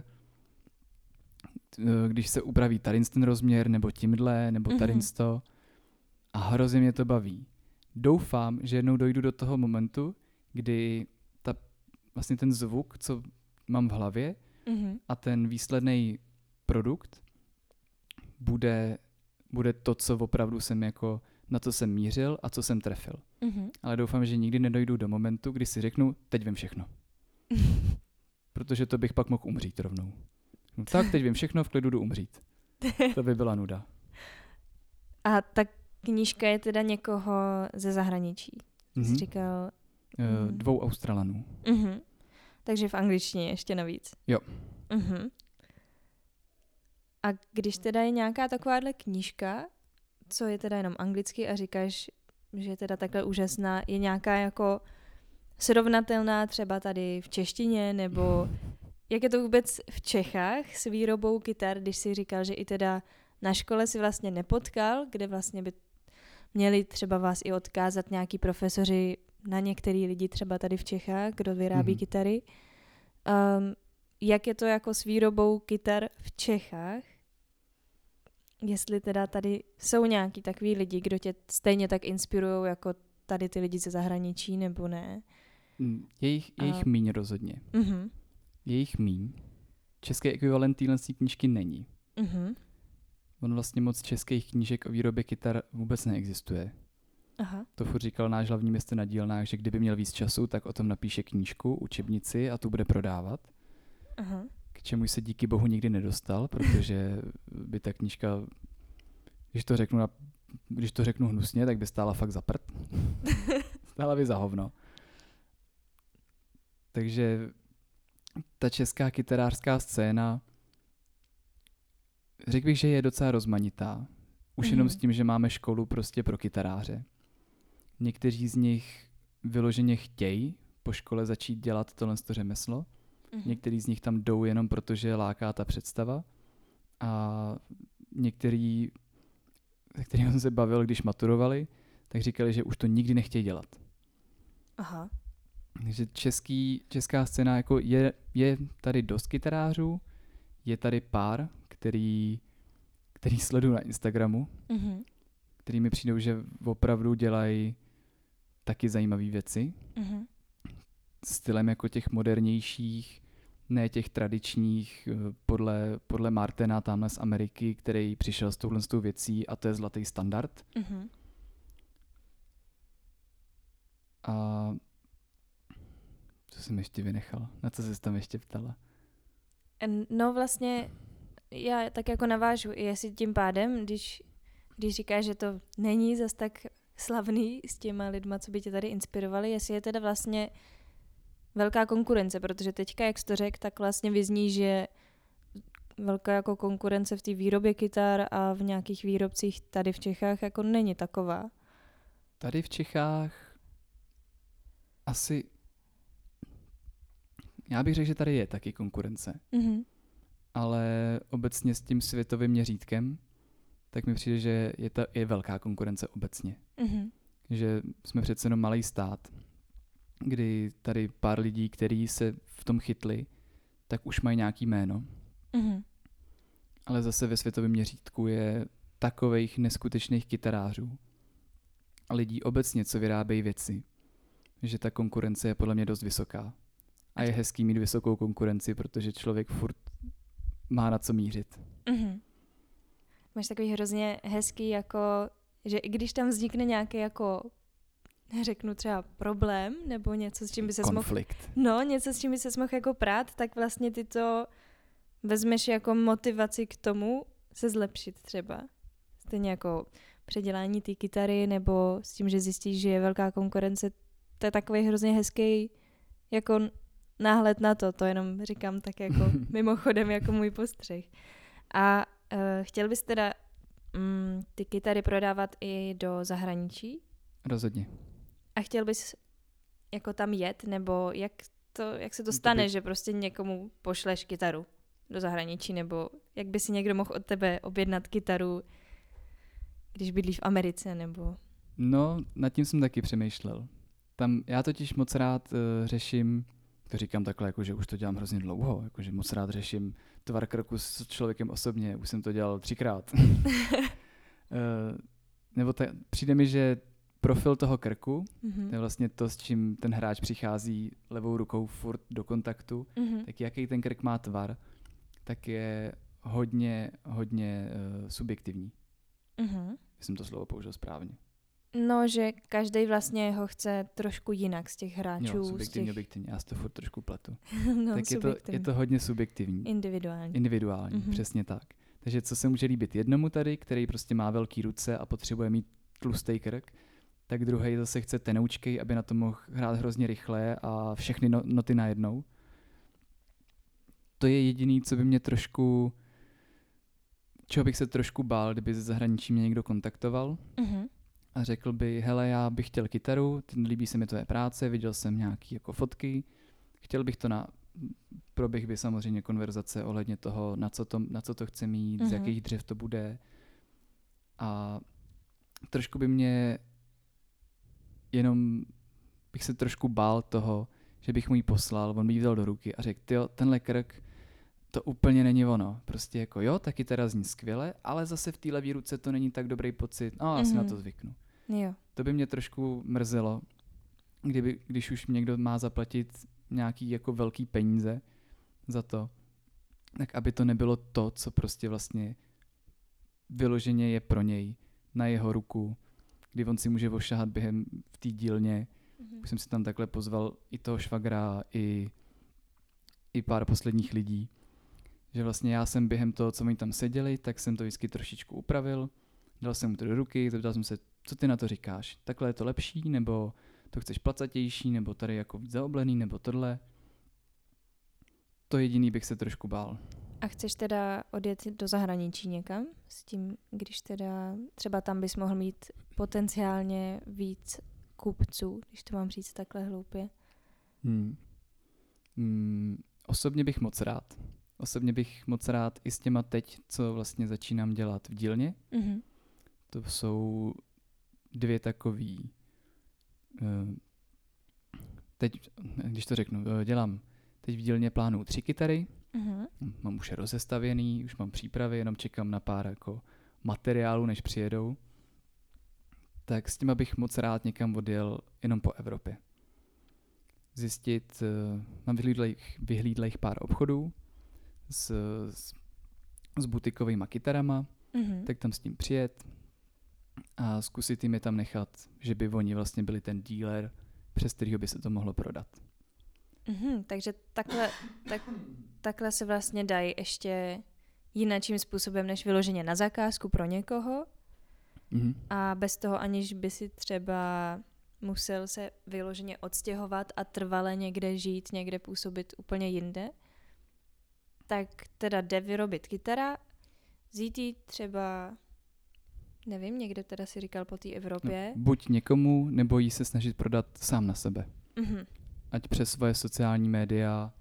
když se upraví tady ten rozměr, nebo tímhle, nebo tady to. A hrozně mě to baví. Doufám, že jednou dojdu do toho momentu, kdy vlastně ten zvuk, co mám v hlavě, a ten výsledný produkt bude to, co opravdu jsem jako, na co jsem mířil a co jsem trefil. Ale doufám, že nikdy nedojdu do momentu, kdy si řeknu, teď vím všechno. Protože to bych pak mohl umřít rovnou. No tak, teď vím všechno, v klidu jdu umřít. To by byla nuda. A ta knížka je teda někoho ze zahraničí. Jsi říkal... 2 Australanů. Takže v angličtině ještě navíc. Jo. A když teda je nějaká takováhle knížka, co je teda jenom anglicky a říkáš, že je teda takhle úžasná, je nějaká jako srovnatelná třeba tady v češtině, nebo jak je to vůbec v Čechách s výrobou kytar, když si říkal, že i teda na škole si vlastně nepotkal, kde vlastně by měli třeba vás i odkázat nějaký profesoři na některý lidi třeba tady v Čechách, kdo vyrábí kytary. Jak je to jako s výrobou kytar v Čechách? Jestli teda tady jsou nějaký takový lidi, kdo tě stejně tak inspirujou jako tady ty lidi ze zahraničí, nebo ne? Je jich míň rozhodně. Je jich míň. Český ekvivalent téhle knížky není. On vlastně moc českých knížek o výrobě kytar vůbec neexistuje. To furt říkal náš hlavní mistr na dílnách, že kdyby měl víc času, tak o tom napíše knížku, učebnici a tu bude prodávat. K čemu se díky bohu nikdy nedostal, protože by ta knížka, když to řeknu hnusně, tak by stála fakt za prd. Stála by za hovno. Takže ta česká kytarářská scéna, řekl bych, že je docela rozmanitá. Už jenom s tím, že máme školu prostě pro kytaráře. Někteří z nich vyloženě chtějí po škole začít dělat tohle řemeslo. Někteří z nich tam jdou jenom proto, že láká ta představa. A někteří, se kterými jsem se bavil, když maturovali, tak říkali, že už to nikdy nechtějí dělat. Takže česká scéna jako je tady dost kytarářů, je tady pár, který sleduju na Instagramu, který mi přijdou, že opravdu dělají taky zajímavé věci. Stylem jako těch modernějších ne těch tradičních podle Martina tamhle z Ameriky, který přišel s touhle věcí a to je zlatý standard. Mm-hmm. A co jsem ještě vynechal? Na co jsi tam ještě ptala? No vlastně já tak jako navážu, jestli tím pádem, když říkáš, že to není zas tak slavný s těma lidma, co by tě tady inspirovali, jestli je teda vlastně velká konkurence, protože teďka, jak jsi to řekl, tak vlastně vyzní, že velká jako konkurence v té výrobě kytar a v nějakých výrobcích tady v Čechách jako není taková. Tady v Čechách asi... Já bych řekl, že tady je taky konkurence. Mm-hmm. Ale obecně s tím světovým měřítkem, tak mi přijde, že je velká konkurence obecně. Mm-hmm. Že jsme přece jenom malý stát, kdy tady pár lidí, kteří se v tom chytli, tak už mají nějaký jméno. Mm-hmm. Ale zase ve světovém měřítku je takových neskutečných kytarářů a lidí obecně, co vyrábějí věci, že ta konkurence je podle mě dost vysoká. A je hezký mít vysokou konkurenci, protože člověk furt má na co mířit. Mm-hmm. Máš takový hrozně hezký, jako, že i když tam vznikne nějaký jako, řeknu třeba problém, nebo něco, s čím by se konflikt. Něco, s čím by se mohl jako prát, tak vlastně ty to vezmeš jako motivaci k tomu se zlepšit třeba. Stejně jako předělání té kytary, nebo s tím, že zjistíš, že je velká konkurence, to je takový hrozně hezký jako náhled na to jenom říkám tak jako mimochodem jako můj postřeh. A chtěl bys teda ty kytary prodávat i do zahraničí? Rozhodně. A chtěl bys jako tam jet, nebo jak se to stane, že prostě někomu pošleš kytaru do zahraničí, nebo jak by si někdo mohl od tebe objednat kytaru, když bydlíš v Americe, nebo... No, nad tím jsem taky přemýšlel. Já totiž moc rád řeším, to říkám takhle, jako, že už to dělám hrozně dlouho, jako, že moc rád řeším tvar krku s člověkem osobně, už jsem to dělal 3krát. Přijde mi, že profil toho krku, to je vlastně to, s čím ten hráč přichází levou rukou furt do kontaktu, tak jaký ten krk má tvar, tak je hodně subjektivní. Jsem to slovo použil správně. No, že každý vlastně ho chce trošku jinak z těch hráčů. Jo, subjektivně, objektivně, já si to furt trošku pletu. No, tak je to hodně subjektivní. Individuální, přesně tak. Takže co se může líbit jednomu tady, který prostě má velký ruce a potřebuje mít tlustý krk, tak druhý zase chce tenoučkej, aby na to mohl hrát hrozně rychle a všechny noty najednou. To je jediný, co by mě trošku, čeho bych se trošku bál, kdyby ze zahraničí mě někdo kontaktoval a řekl by, hele, já bych chtěl kytaru, líbí se mi tvoje práce, viděl jsem nějaký jako fotky, chtěl bych to proběh by samozřejmě konverzace ohledně toho, na co to chce mít, z jakých dřev to bude. A trošku by mě jenom bych se trošku bál toho, že bych mu ji poslal, on by ji vzal do ruky a řekl, tyjo, tenhle krk, to úplně není ono. Prostě jako jo, ta kytara zní skvěle, ale zase v té levé ruce to není tak dobrý pocit. Já si na to zvyknu. Jo. To by mě trošku mrzelo, když už někdo má zaplatit nějaký jako velký peníze za to, tak aby to nebylo to, co prostě vlastně vyloženě je pro něj na jeho ruku, kdy on si může ošahat během v té dílně. Už jsem si tam takhle pozval i toho švagra, i pár posledních lidí. Že vlastně já jsem během toho, co oni tam seděli, tak jsem to vždycky trošičku upravil, dal jsem mu to do ruky, zeptal jsem se, co ty na to říkáš? Takhle je to lepší, nebo to chceš placatější, nebo tady jako víc zaoblený, nebo tohle? To jediný bych se trošku bál. A chceš teda odjet do zahraničí někam s tím, když teda třeba tam bys mohl mít potenciálně víc kupců, když to mám říct takhle hloupě? Osobně bych moc rád i s těma teď, co vlastně začínám dělat v dílně. To jsou dvě takový, teď, když to řeknu, dělám teď v dílně plánuju 3 kytary, mám už je rozestavěný, už mám přípravy, jenom čekám na pár jako materiálu, než přijedou. Tak s těma bych moc rád někam odjel jenom po Evropě. zjistit, mám vyhlídlých pár obchodů s butikovými kytarama, tak tam s tím přijet a zkusit jim je tam nechat, že by oni vlastně byli ten dealer, přes kterýho by se to mohlo prodat. Takže takhle se vlastně dají ještě jinakým způsobem, než vyloženě na zakázku pro někoho a bez toho, aniž by si třeba musel se vyloženě odstěhovat a trvale někde žít, někde působit úplně jinde, tak teda jde vyrobit kytara, vzít ji třeba, nevím, někde teda si říkal po té Evropě. No, buď někomu, nebo jí se snažit prodat sám na sebe. Ať přes svoje sociální média,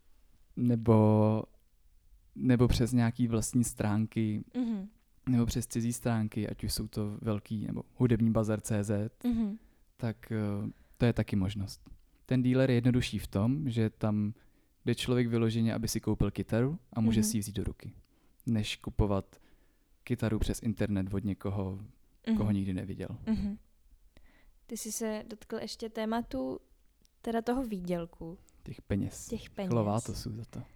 nebo přes nějaký vlastní stránky, nebo přes cizí stránky, ať už jsou to velký, nebo hudební bazar.cz, tak to je taky možnost. Ten dealer je jednodušší v tom, že tam jde člověk vyloženě, aby si koupil kytaru a může si ji vzít do ruky, než kupovat kytaru přes internet od někoho, koho nikdy neviděl. Ty jsi se dotkl ještě tématu teda toho výdělku. Těch peněz. Chlovátosu za to.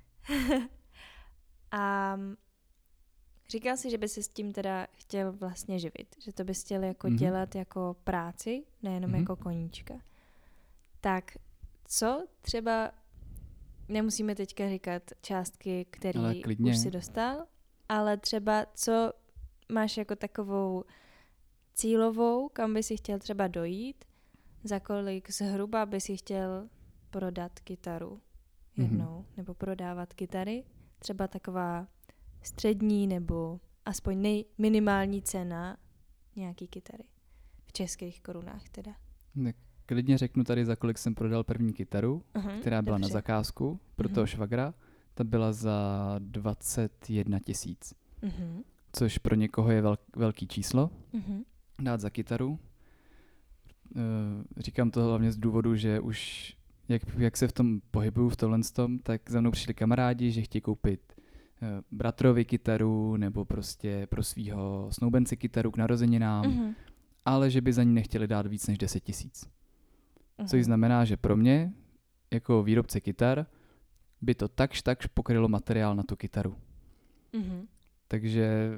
A říkal jsi, že by se s tím teda chtěl vlastně živit. Že to bys chtěl jako dělat jako práci, nejenom jako koníčka. Tak co třeba, nemusíme teďka říkat částky, které už si dostal, ale třeba co máš jako takovou cílovou, kam by si chtěl třeba dojít, za kolik zhruba by si chtěl prodat kytaru jednou, nebo prodávat kytary, třeba taková střední nebo aspoň minimální cena nějaký kytary. V českých korunách teda. Klidně řeknu tady, za kolik jsem prodal první kytaru, která byla na zakázku pro toho švagra. Ta byla za 21 000. Což pro někoho je velký číslo. Dát za kytaru. Říkám to hlavně z důvodu, že už jak se v tom pohybuju, v tomhle tom, tak za mnou přišli kamarádi, že chtějí koupit bratrovi kytaru nebo prostě pro svýho snoubence kytaru k narozeninám, ale že by za ní nechtěli dát víc než 10 000. Což znamená, že pro mě, jako výrobce kytar, by to takž pokrylo materiál na tu kytaru. Takže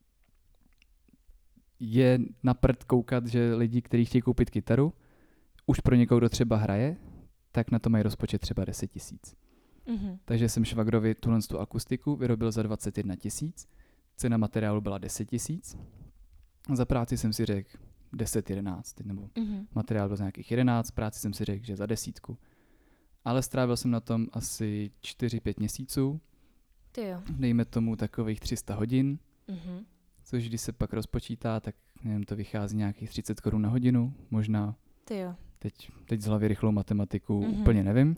je na prd koukat, že lidi, kteří chtějí koupit kytaru, už pro někoho, kdo třeba hraje, tak na to mají rozpočet třeba 10 000. Takže jsem švagrovi tu akustiku vyrobil za 21 000, cena materiálu byla 10 000, za práci jsem si řekl 10-11, nebo materiál byl za nějakých 11, práci jsem si řekl, že za 10. Ale strávil jsem na tom asi 4-5 měsíců, dejme tomu takových 300 hodin, což když se pak rozpočítá, tak nevím, to vychází nějakých 30 korun na hodinu, možná. Teď z hlavy rychlou matematiku úplně nevím.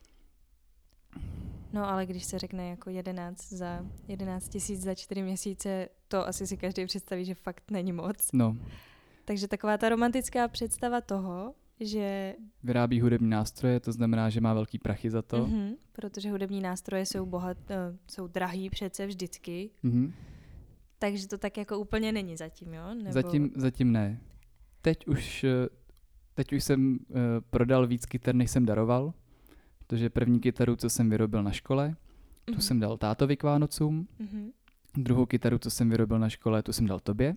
No ale když se řekne jako 11 000 za 4 měsíce, to asi si každý představí, že fakt není moc. No. Takže taková ta romantická představa toho, že vyrábí hudební nástroje, to znamená, že má velký prachy za to. Protože hudební nástroje jsou drahý přece vždycky. Takže to tak jako úplně není zatím, jo? Nebo... Zatím ne. Teď už jsem prodal víc kytar, než jsem daroval, protože první kytaru, co jsem vyrobil na škole, tu jsem dal tátovi k Vánocům. Druhou kytaru, co jsem vyrobil na škole, tu jsem dal tobě.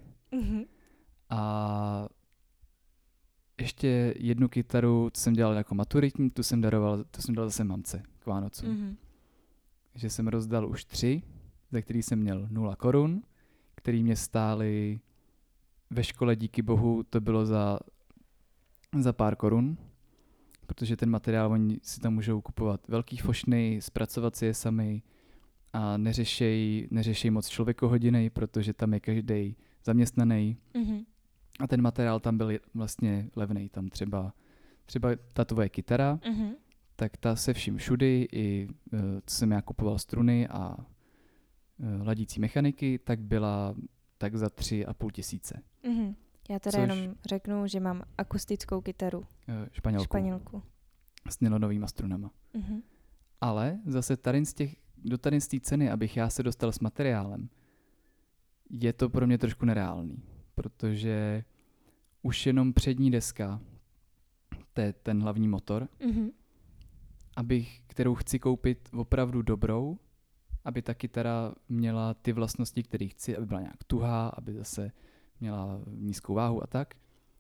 A ještě jednu kytaru, co jsem dělal jako maturitní, tu jsem dal zase mamce k Vánocům. Takže jsem rozdal už 3, za který jsem měl 0 korun, který mě stály ve škole, díky bohu, to bylo za pár korun, protože ten materiál oni si tam můžou kupovat velký fošny, zpracovat si je sami a neřešej moc člověkohodiny, protože tam je každý zaměstnaný. A ten materiál tam byl vlastně levnej. Tam třeba ta tvoje kytara, tak ta se vším všudy, i co jsem já kupoval struny a ladící mechaniky, tak byla tak za 3 500. Já teda jenom řeknu, že mám akustickou kytaru. Španělku. S nylonovýma strunama. Ale zase do tady z té ceny, abych já se dostal s materiálem, je to pro mě trošku nereálný. Protože už jenom přední deska, to je ten hlavní motor, kterou chci koupit opravdu dobrou, aby ta kytara měla ty vlastnosti, které chci, aby byla nějak tuhá, aby zase měla nízkou váhu a tak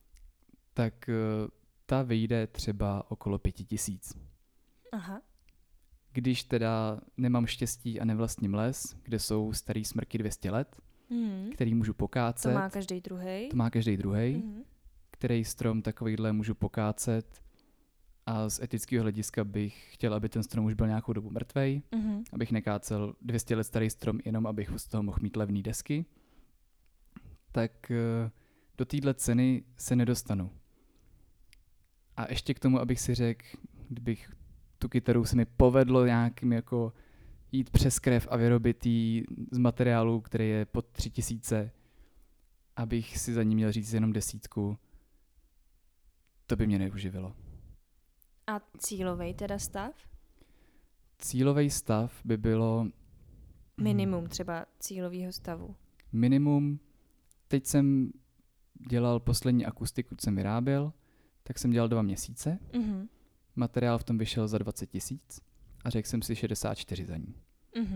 ta vyjde třeba okolo 5 000. Aha. Když teda nemám štěstí a nevlastním les, kde jsou starý smrky 200 let, který můžu pokácet. To má každý druhej. Který strom takovýhle můžu pokácet a z etického hlediska bych chtěl, aby ten strom už byl nějakou dobu mrtvej, abych nekácel 200 let starý strom jenom, abych z toho mohl mít levný desky, tak do téhle ceny se nedostanu. A ještě k tomu, abych si řekl, kdybych tu kytaru se mi povedlo nějakým jako jít přes krev a vyrobit ji z materiálu, který je pod 3000, abych si za ní měl říct jenom 10, to by mě neuživilo. A cílovej teda stav? Cílovej stav by bylo... Minimum třeba cílového stavu. Minimum. Teď jsem dělal poslední akustiku, co jsem vyráběl, tak jsem dělal 2 měsíce. Materiál v tom vyšel za 20 000 a řekl jsem si 64 za ní.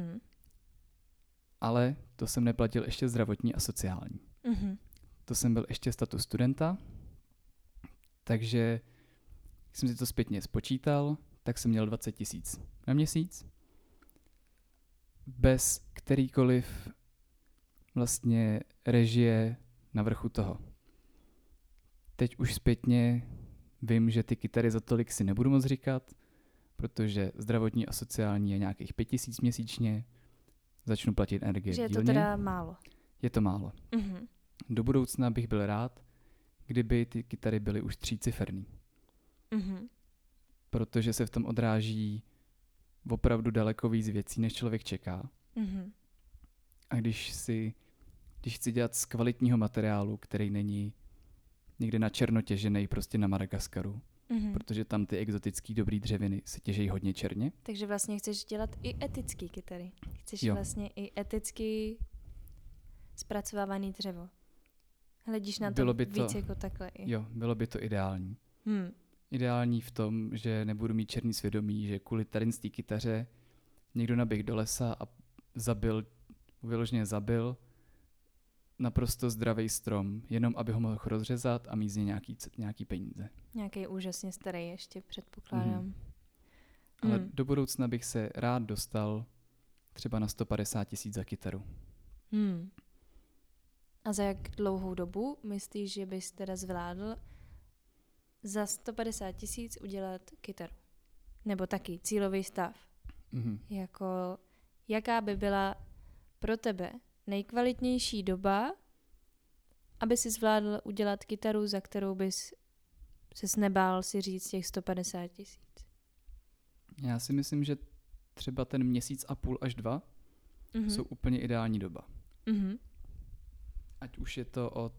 Ale to jsem neplatil ještě zdravotní a sociální. To jsem byl ještě status studenta, takže když jsem si to zpětně spočítal, tak jsem měl 20 000 na měsíc. Bez kterýkoliv vlastně režie na vrchu toho. Teď už zpětně vím, že ty kytary za tolik si nebudu moc říkat, protože zdravotní a sociální je nějakých 5 000 měsíčně. Začnu platit energie že v dílně. Je to teda málo. Je to málo. Do budoucna bych byl rád, kdyby ty kytary byly už 3ciferný. Protože se v tom odráží opravdu daleko víc věcí, než člověk čeká. A když chci dělat z kvalitního materiálu, který není někde na černo těžený, prostě na Madagaskaru, protože tam ty exotický dobrý dřeviny se těžejí hodně černě. Takže vlastně chceš dělat i etický kytary. Chceš vlastně i eticky zpracovávaný dřevo. Hledíš na to víc jako takhle. Jo, bylo by to ideální. Ideální v tom, že nebudu mít černý svědomí, že kvůli tady z té kytaře někdo naběh do lesa a vyloženě zabil naprosto zdravý strom, jenom aby ho mohl rozřezat a mít z něj nějaký peníze. Nějaký úžasně starý ještě, předpokládám. Ale do budoucna bych se rád dostal třeba na 150 000 za kytaru. A za jak dlouhou dobu myslíš, že bys teda zvládl za 150 000 udělat kytaru? Nebo taky cílový stav? Jako, jaká by byla pro tebe nejkvalitnější doba, aby si zvládl udělat kytaru, za kterou bys ses nebál si říct těch 150 000? Já si myslím, že třeba ten 1,5 měsíce až 2 jsou úplně ideální doba. Ať už je to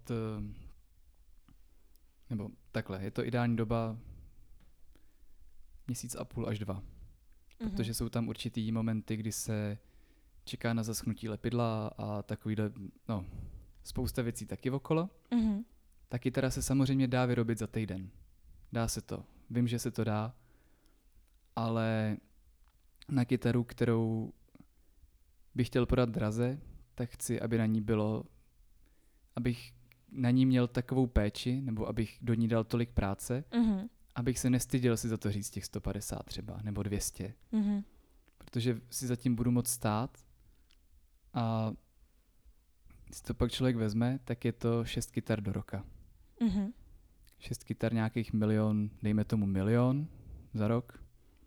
nebo takhle, je to ideální doba 1,5 měsíce až 2. Protože jsou tam určitý momenty, kdy se čeká na zaschnutí lepidla a takovýhle, spousta věcí taky okolo. Ta kytara se samozřejmě dá vyrobit za týden. Dá se to. Vím, že se to dá, ale na kytaru, kterou bych chtěl prodat draze, tak chci, aby na ní bylo, abych na ní měl takovou péči, nebo abych do ní dal tolik práce, abych se nestyděl si za to říct těch 150 třeba, nebo 200. Protože si zatím budu moct stát a když to pak člověk vezme, tak je to 6 kytar do roka. 6 kytar nějakých 1 000 000, dejme tomu 1 000 000 za rok.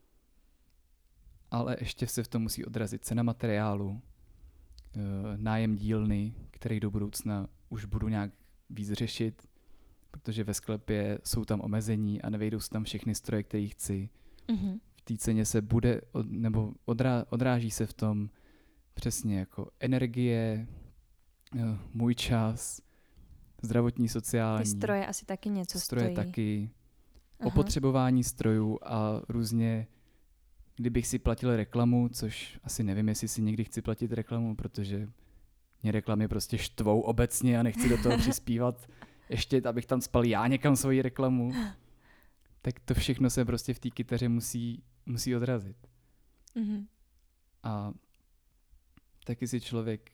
Ale ještě se v tom musí odrazit cena materiálu, nájem dílny, který do budoucna už budu nějak víc řešit, protože ve sklepě jsou tam omezení a nevejdou se tam všechny stroje, které chci. V té ceně se odráží se v tom přesně jako energie, můj čas, zdravotní, sociální. Ty stroje asi taky něco stroje stojí. Taky. Opotřebování strojů a různě, kdybych si platil reklamu, což asi nevím, jestli si někdy chci platit reklamu, protože mě reklamy prostě štvou obecně a nechci do toho přispívat ještě, abych tam spal já někam svoji reklamu, tak to všechno se prostě v té kytaře musí odrazit. Mhm. A taky si člověk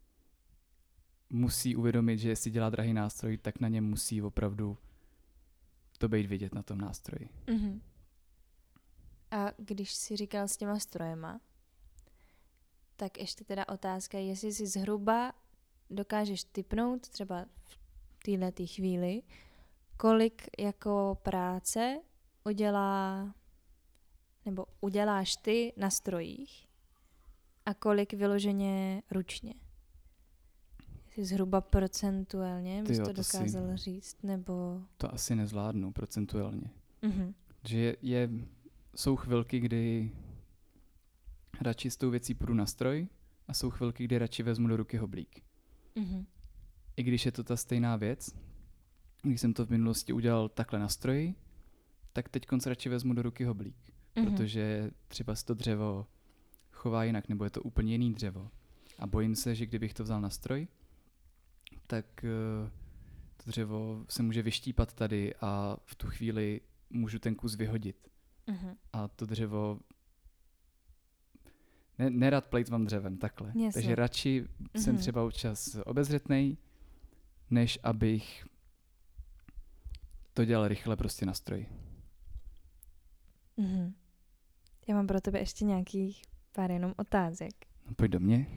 musí uvědomit, že jestli dělá drahý nástroj, tak na něm musí opravdu to být vidět na tom nástroji. Mhm. A když jsi říkal s těma strojema, tak ještě teda otázka, jestli si zhruba dokážeš tipnout třeba v této chvíli, kolik jako práce uděláš ty na strojích a kolik vyloženě ručně. Jestli zhruba procentuálně bys to dokázal říct, nebo... To asi nezvládnu procentuálně. Mhm. Že jsou chvilky, kdy radši s tou věcí půjdu na stroj a jsou chvilky, kdy radši vezmu do ruky hoblík. Mhm. I když je to ta stejná věc, když jsem to v minulosti udělal takhle na stroji, tak teď radši vezmu do ruky hoblík. Protože třeba se to dřevo chová jinak, nebo je to úplně jiný dřevo. A bojím se, že kdybych to vzal na stroj, tak to dřevo se může vyštípat tady a v tu chvíli můžu ten kus vyhodit. A to dřevo... Nerad plejtvám dřevem, takhle. Jasně. Takže radši jsem třeba občas obezřetnej, než abych to dělal rychle prostě na stroji. Já mám pro tebe ještě nějakých pár jenom otázek. No, pojď do mě.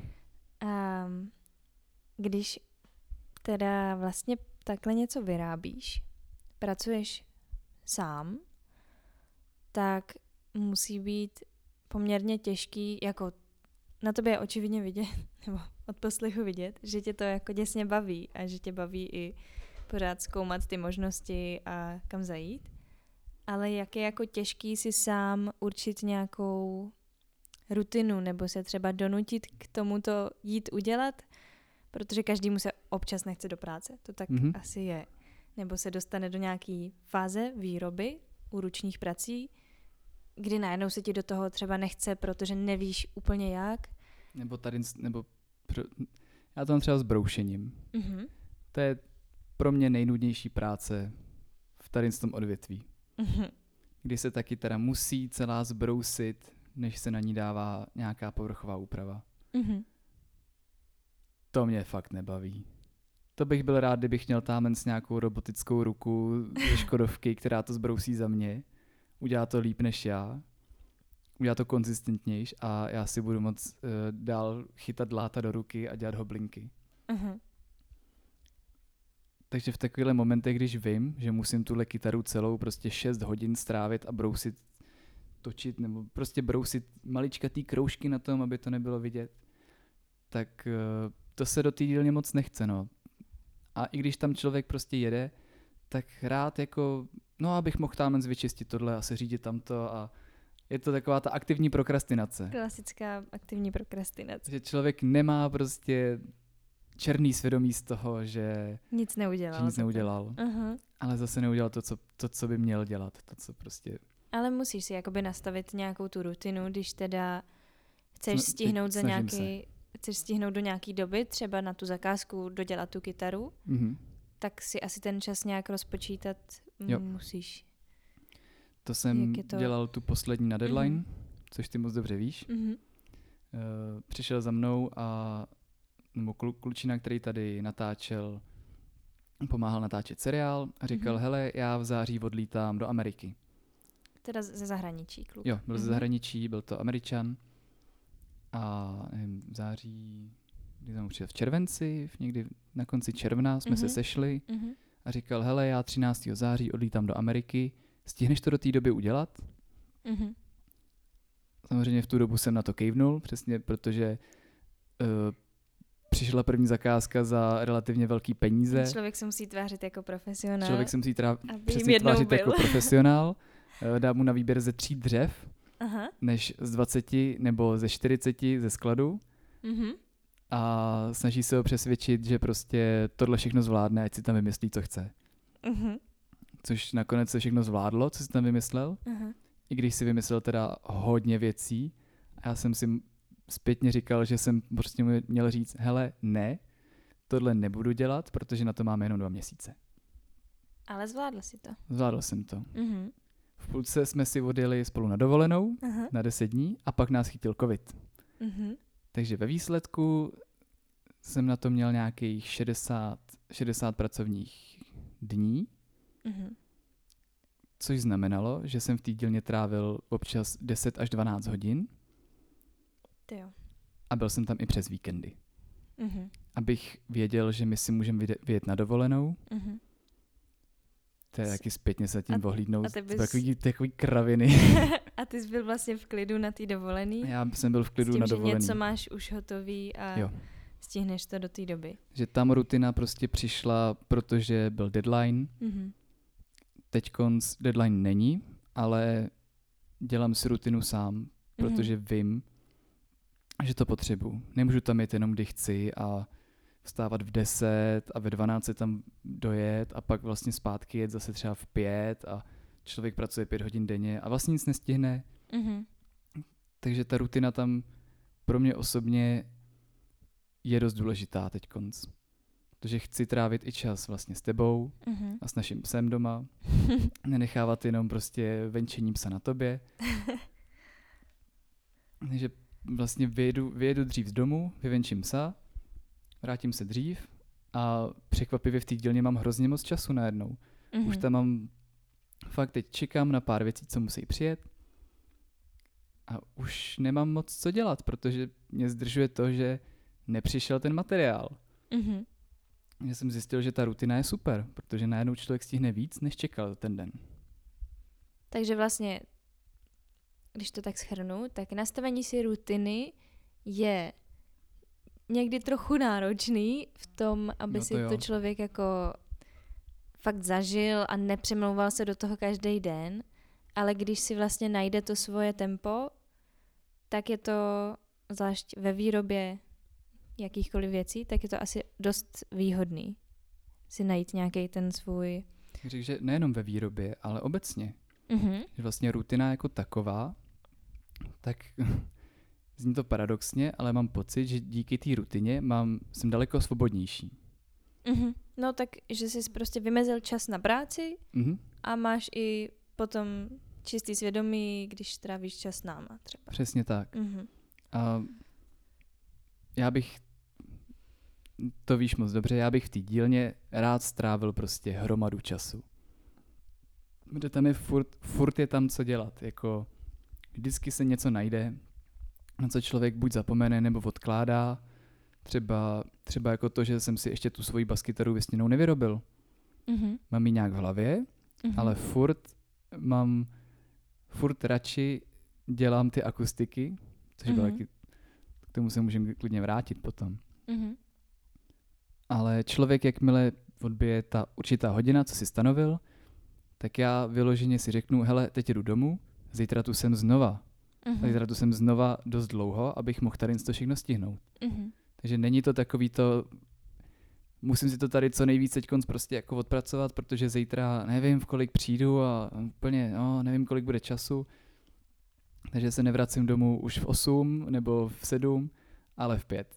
Když teda vlastně takhle něco vyrábíš, pracuješ sám, tak musí být poměrně těžký, jako na tobě je očividně vidět, nebo od poslechu vidět, že tě to jako děsně baví a že tě baví i pořád zkoumat ty možnosti a kam zajít. Ale jak je jako těžký si sám určit nějakou rutinu nebo se třeba donutit k tomuto jít udělat, protože každému se občas nechce do práce, to tak asi je. Nebo se dostane do nějaký fáze výroby u ručních prací, kdy najednou se ti do toho třeba nechce, protože nevíš úplně jak. Já to mám třeba s broušením. To je pro mě nejnudnější práce v tady tom odvětví. Kdy se taky teda musí celá zbrousit, než se na ní dává nějaká povrchová úprava. To mě fakt nebaví. To bych byl rád, kdybych měl támen s nějakou robotickou ruku ze Škodovky, která to zbrousí za mě. Udělá to líp než já. Udělá to konzistentnějš a já si budu moc dál chytat dláta do ruky a dělat hoblinky. Takže v takovýchhle momentech, když vím, že musím tuhle kytaru celou prostě 6 hodin strávit a brousit, točit nebo prostě brousit maličkatý kroužky na tom, aby to nebylo vidět, tak to se do té dílny moc nechce, no. A i když tam člověk prostě jede, tak rád jako, no abych mohl tam vyčistit tohle a seřídit tamto a je to taková ta aktivní prokrastinace. Klasická aktivní prokrastinace. Že člověk nemá prostě černý svědomí z toho, že nic neudělal. Ale zase neudělal to, co by měl dělat. To, co prostě... Ale musíš si jakoby nastavit nějakou tu rutinu, když teda chceš stihnout do nějaký doby, třeba na tu zakázku dodělat tu kytaru, tak si asi ten čas nějak rozpočítat musíš. To jsem dělal tu poslední na deadline, což ty moc dobře víš. Přišel za mnou nebo klučina, který tady natáčel, pomáhal natáčet seriál a říkal, hele, já v září odlítám do Ameriky. Teda ze zahraničí kluk. Jo, byl ze zahraničí, byl to Američan a nevím, v září, kdy jsem přišel v červenci, někdy na konci června jsme se sešli a říkal, hele, já 13. září odlítám do Ameriky, stihneš to do té doby udělat? Samozřejmě v tu dobu jsem na to kejvnul, přesně protože přišla první zakázka za relativně velký peníze. Člověk se musí tvářit jako profesionál. Člověk se musí přesně tvářit jako profesionál. Dá mu na výběr ze 3 dřev, než z 20 nebo ze 40 ze skladu. A snaží se ho přesvědčit, že prostě tohle všechno zvládne, ať si tam vymyslí, co chce. Což nakonec se všechno zvládlo, co si tam vymyslel. I když si vymyslel teda hodně věcí. A já jsem si zpětně říkal, že jsem prostě měl říct, hele, ne, tohle nebudu dělat, protože na to máme jenom 2 měsíce. Ale zvládl si to. Zvládl jsem to. v půlce jsme si odjeli spolu na dovolenou na 10 dní a pak nás chytil covid. Takže ve výsledku jsem na to měl nějakých 60 pracovních dní, což znamenalo, že jsem v té dílně trávil občas 10 až 12 hodin. A byl jsem tam i přes víkendy. Abych věděl, že my si můžeme vyjet na dovolenou. To je taky zpětně se tím ohlídnout. Takový kraviny. A ty jsi byl vlastně v klidu na té dovolený? Já jsem byl v klidu na dovolený. S tím, že něco máš už hotový a stihneš to do té doby. Že tam rutina prostě přišla, protože byl deadline. Teďkonc deadline není, ale dělám si rutinu sám, protože vím, že to potřebuju. Nemůžu tam jít jenom, kdy chci a vstávat v 10 a ve 12 tam dojet a pak vlastně zpátky jet zase třeba v 5 a člověk pracuje 5 hodin denně a vlastně nic nestihne. Takže ta rutina tam pro mě osobně je dost důležitá teďkonc. Protože chci trávit i čas vlastně s tebou a s naším psem doma. Nenechávat jenom prostě venčení psa na tobě. Takže vlastně vyjedu dřív z domu, vyvenčím psa, vrátím se dřív a překvapivě v té dílně mám hrozně moc času najednou. Už tam mám, fakt teď čekám na pár věcí, co musí přijet a už nemám moc co dělat, protože mě zdržuje to, že nepřišel ten materiál. Já jsem zjistil, že ta rutina je super, protože najednou člověk stihne víc, než čekal za ten den. Takže vlastně, když to tak shrnu, tak nastavení si rutiny je někdy trochu náročný v tom, aby si to člověk jako fakt zažil a nepřemlouval se do toho každý den, ale když si vlastně najde to svoje tempo, tak je to, zvlášť ve výrobě jakýchkoliv věcí, tak je to asi dost výhodný si najít nějaký ten svůj... Řekl, že nejenom ve výrobě, ale obecně. Že vlastně rutina jako taková, tak zní to paradoxně, ale mám pocit, že díky té rutině jsem daleko svobodnější. No tak, že jsi prostě vymezil čas na práci a máš i potom čistý svědomí, když trávíš čas s náma třeba. Přesně tak. A já bych, to víš moc dobře, já bych v té dílně rád strávil prostě hromadu času. Protože tam je furt je tam co dělat. Jako vždycky se něco najde, na co člověk buď zapomene nebo odkládá. Třeba jako to, že jsem si ještě tu svoji baskytaru vysněnou nevyrobil. Mám ji nějak v hlavě, ale furt radši dělám ty akustiky, což bylo taky, k tomu se můžeme klidně vrátit potom. Ale člověk, jakmile odbije ta určitá hodina, co si stanovil, tak já vyloženě si řeknu, hele, teď jdu domů, zítra tu jsem znova. Zítra tu jsem znova dost dlouho, abych mohl tady to všechno stihnout. Takže není to takový to, musím si to tady co nejvíc teďkonc prostě jako odpracovat, protože zítra nevím, v kolik přijdu a úplně nevím, kolik bude času. Takže se nevracím domů už v 8 nebo v 7, ale v 5.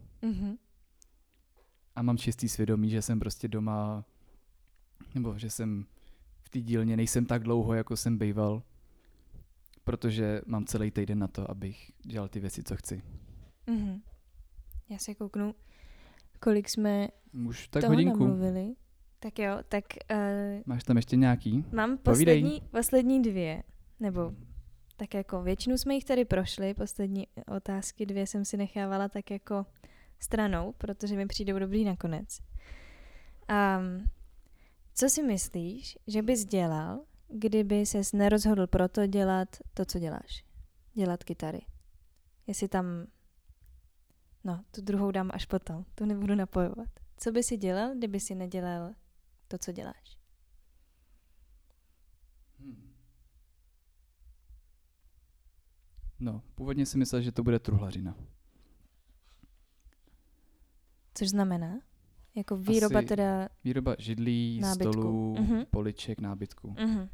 A mám čistý svědomí, že jsem prostě doma, nebo že jsem v té dílně nejsem tak dlouho, jako jsem býval, protože mám celý týden na to, abych dělal ty věci, co chci. Já se kouknu, kolik jsme už tak toho hodinku namluvili. Tak jo, tak... máš tam ještě nějaký? Mám poslední 2, nebo tak jako většinu jsme jich tady prošli, poslední otázky 2 jsem si nechávala tak jako stranou, protože mi přijdou dobrý nakonec. Co si myslíš, že bys dělal, kdyby ses nerozhodl pro to dělat to, co děláš? Dělat kytary. Jestli tam... No, tu druhou dám až potom. Tu nebudu napojovat. Co by si dělal, kdyby si nedělal to, co děláš? No, původně si myslel, že to bude truhlařina. Což znamená? Jako výroba asi teda... Výroba židlí, nábytku. Stolů, poliček, nábytku.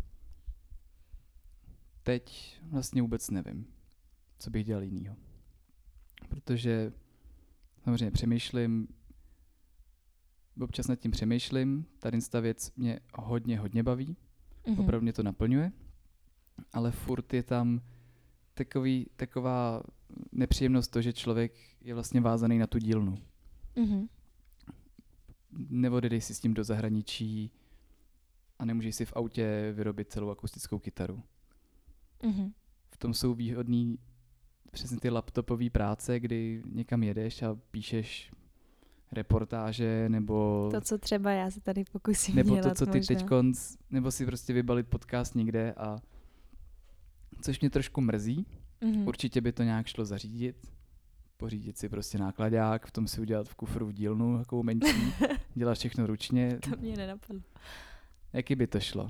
Teď vlastně vůbec nevím, co bych dělal jinýho. Protože samozřejmě přemýšlím, občas nad tím přemýšlím, tady ta věc mě hodně baví, opravdu mě to naplňuje, ale furt je tam taková nepříjemnost to, že člověk je vlastně vázaný na tu dílnu. Mhm. Neodjedeš si s tím do zahraničí a nemůžeš si v autě vyrobit celou akustickou kytaru. Mhm. V tom jsou výhodný přesně ty laptopové práce, kdy někam jedeš a píšeš reportáže, nebo To, co třeba já se tady pokusím nebo dělat to, co ty možná. teďkonc, nebo si prostě vybalit podcast někde, a což mě trošku mrzí. Mhm. Určitě by to nějak šlo zařídit. Pořídit si prostě nákladák, v tom si udělat v kufru v dílnu, takovou menší, dělat všechno ručně. To mě nenapadlo. Jaký by to šlo?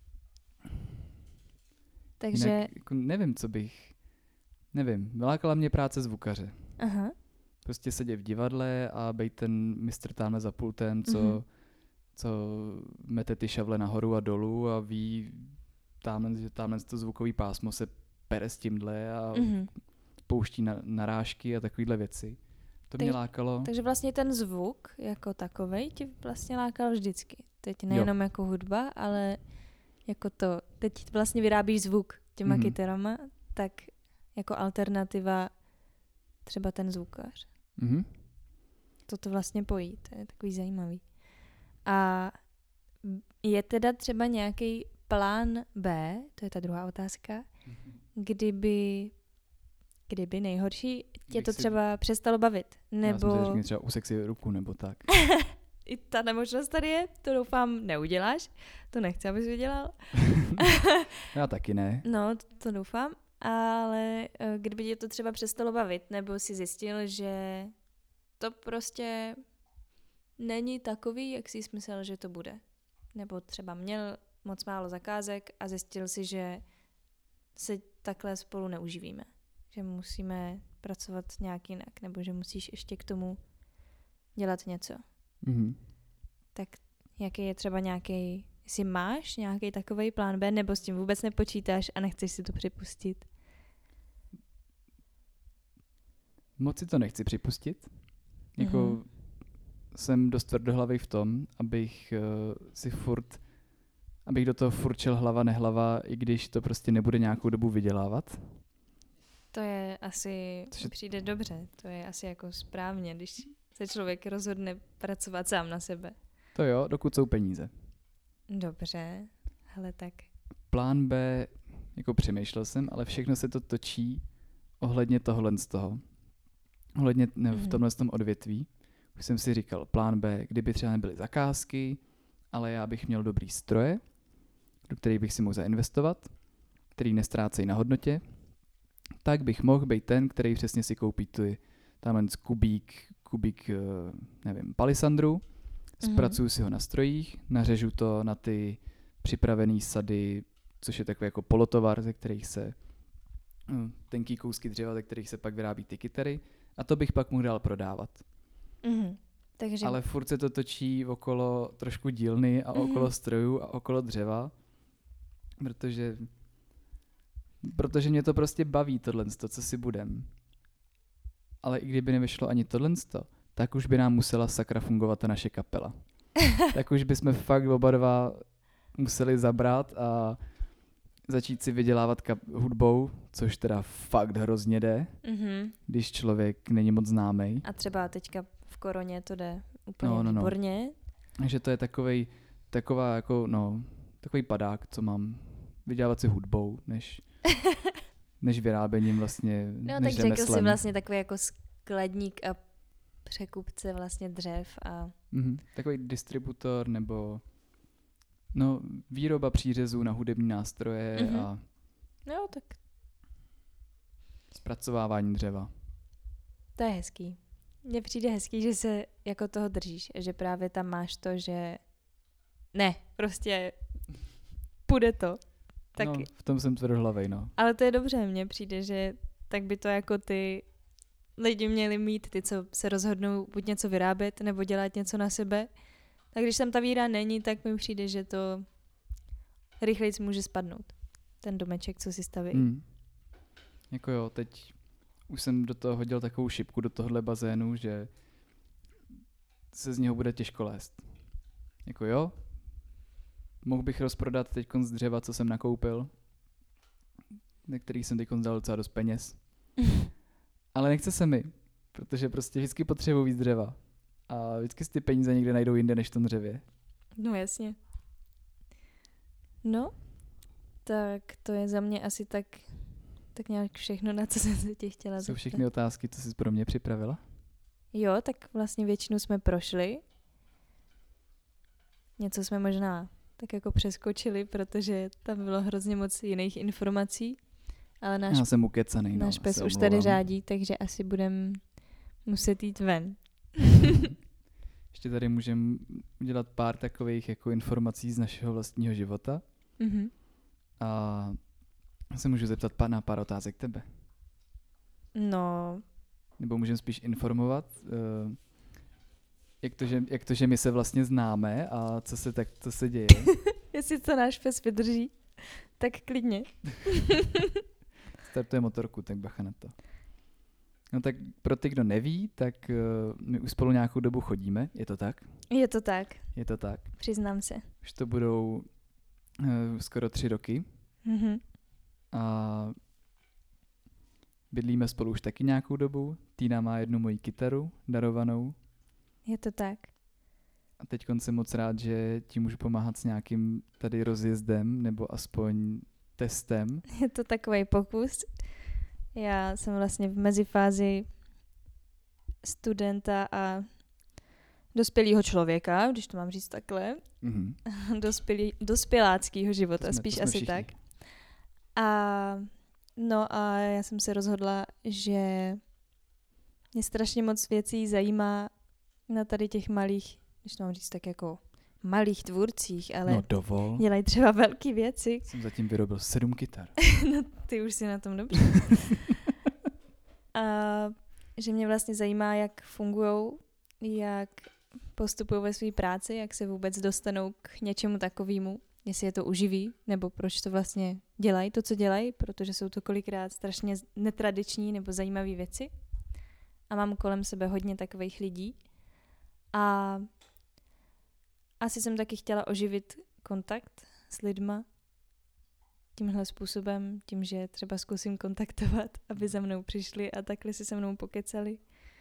Takže, Jinak, jako nevím, vylákala mě práce zvukaře. aha, Prostě sedět v divadle a bejt ten mistr tamhle za pultem, co mete ty šavle nahoru a dolů a ví že tamhle to zvukový pásmo se pere s tímhle a pouští narážky a takovýhle věci. To mě lákalo. takže vlastně ten zvuk jako takovej ti vlastně lákal vždycky. Teď nejenom jako hudba, ale jako to, teď vlastně vyrábíš zvuk těma kytarama, tak jako alternativa třeba ten zvukař. Mhm. To vlastně pojí, to je takový zajímavý. A je teda třeba nějaký plán B, to je ta druhá otázka, kdyby nejhorší tě to třeba přestalo bavit, nebo... Já jsem si řekl, třeba usek si ruku, nebo tak. I ta nemožnost tady je, to doufám neuděláš, to nechci, abys udělal. Já taky ne. No, to doufám, ale kdyby tě to třeba přestalo bavit, nebo si zjistil, že to prostě není takový, jak jsi myslel, že to bude. Nebo třeba měl moc málo zakázek a zjistil si, že se takhle spolu neuživíme. Že musíme pracovat nějak jinak, nebo že musíš ještě k tomu dělat něco. Mhm. Tak jaký je třeba nějaký, jestli máš nějaký takovej plán B, nebo s tím vůbec nepočítáš a nechceš si to připustit? Moc si to nechci připustit. Jako jsem dost tvrdohlavý v tom, abych do toho furt šel hlava nehlava, i když to prostě nebude nějakou dobu vydělávat. To je asi, přijde dobře, to je asi jako správně, když se člověk rozhodne pracovat sám na sebe. To jo, dokud jsou peníze. Dobře, ale tak. Plán B, jako přemýšlel jsem, ale všechno se to točí ohledně tohohle z toho. Ohledně v tomhle tom odvětví. Už jsem si říkal, plán B, kdyby třeba nebyly zakázky, ale já bych měl dobrý stroje, do kterých bych si mohl zainvestovat, který nestrácejí na hodnotě, tak bych mohl být ten, který přesně si koupí tamhle kubík, nevím, palisandru, zpracuju si ho na strojích, nařežu to na ty připravený sady, což je takový jako polotovar, ze kterých se tenký kousky dřeva, ze kterých se pak vyrábí ty kytary, a to bych pak mohl dál prodávat. Takže... Ale furt se to točí okolo trošku dílny a okolo strojů a okolo dřeva, protože mě to prostě baví tohle, co si budem. Ale i kdyby nevyšlo ani tohle, tak už by nám musela sakra fungovat ta naše kapela. Tak už bychom fakt oba dva museli zabrat a začít si vydělávat hudbou, což teda fakt hrozně jde, když člověk není moc známej. A třeba teďka v koroně to jde úplně výborně. Takže to je takový padák, co mám vydělávat si hudbou, než vyráběním vlastně, no, než tak řemeslem. řekl jsi vlastně takový jako skladník a překupce vlastně dřev a... Takový distributor nebo výroba přířezů na hudební nástroje a no, tak zpracovávání dřeva. To je hezký. Mně přijde hezký, že se jako toho držíš, že právě tam máš to, že ne, prostě půjde to. Tak... No, v tom jsem tvrdohlavej, no. Ale to je dobře, mně přijde, že tak by to jako ty lidi měli mít, ty, co se rozhodnou buď něco vyrábět, nebo dělat něco na sebe. Tak když tam ta víra není, tak mi přijde, že to rychleji může spadnout. Ten domeček, co si staví. Jako jo, teď už jsem do toho hodil takovou šipku do tohohle bazénu, že se z něho bude těžko lézt. Jako jo, mohl bych rozprodat teď z dřeva, co jsem nakoupil, na kterých jsem teď dal docela dost peněz. Ale nechce se mi, protože prostě vždycky potřebuji víc dřeva. A vždycky si ty peníze někde najdou jinde než v tom dřevě. No jasně. No, tak to je za mě asi tak nějak všechno, na co jsem se tě chtěla zeptat. Jsou všechny otázky, co jsi pro mě připravila? Jo, tak vlastně většinu jsme prošli. Něco jsme možná tak jako přeskočili, protože tam bylo hrozně moc jiných informací. Ale Já jsem ukecanej, náš pes už tady řádí, takže asi budeme muset jít ven. Ještě tady můžeme udělat pár takových jako informací z našeho vlastního života. Mm-hmm. A se můžu zeptat na pár otázek tebe. No. Nebo můžeme spíš informovat, jak to, že my se vlastně známe a co se děje. Jestli to náš pes vydrží, tak klidně. Startuje motorku, tak bacha na to. No tak pro ty, kdo neví, tak my už spolu nějakou dobu chodíme, je to tak? Je to tak. Je to tak. Přiznám se. Už to budou skoro 3 roky. Mm-hmm. A bydlíme spolu už taky nějakou dobu. Týna má jednu moji kytaru darovanou. Je to tak. A teď jsem moc rád, že ti můžu pomáhat s nějakým tady rozjezdem nebo aspoň testem. Je to takový pokus. Já jsem vlastně v mezifázi studenta a dospělého člověka, když to mám říct takhle. Mm-hmm. Dospěláckého života, spíš jsme asi všichni. tak. A já jsem se rozhodla, že mě strašně moc věcí zajímá na tady těch malých, když to mám říct tak jako malých tvůrcích, ale No dovol. dělají třeba velké věci. Jsem zatím vyrobil 7 kytar. No ty už si na tom dobře. A že mě vlastně zajímá, jak fungujou, jak postupují ve své práci, jak se vůbec dostanou k něčemu takovému, jestli je to uživí, nebo proč to vlastně dělají, to, co dělají, protože jsou to kolikrát strašně netradiční nebo zajímavé věci. A mám kolem sebe hodně takových lidí. A asi jsem taky chtěla oživit kontakt s lidma tímhle způsobem, tím, že třeba zkusím kontaktovat, aby za mnou přišli a takhle si se mnou pokecali.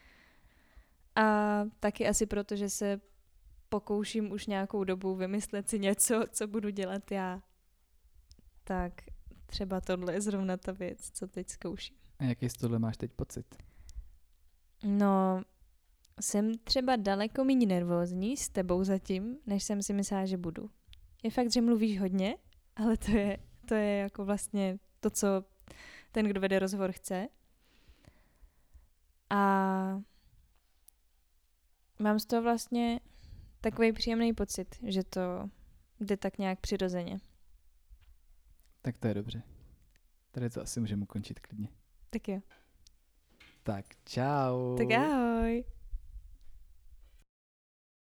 A taky asi proto, že se pokouším už nějakou dobu vymyslet si něco, co budu dělat já. Tak třeba tohle je zrovna ta věc, co teď zkouším. A jaký z tohle máš teď pocit? No, jsem třeba daleko méně nervózní s tebou zatím, než jsem si myslela, že budu. Je fakt, že mluvíš hodně, ale to je jako vlastně to, co ten, kdo vede rozhovor, chce. A mám z toho vlastně takový příjemný pocit, že to jde tak nějak přirozeně. Tak to je dobře. Tady to asi můžeme ukončit klidně. Tak jo. Tak čau. Tak ahoj.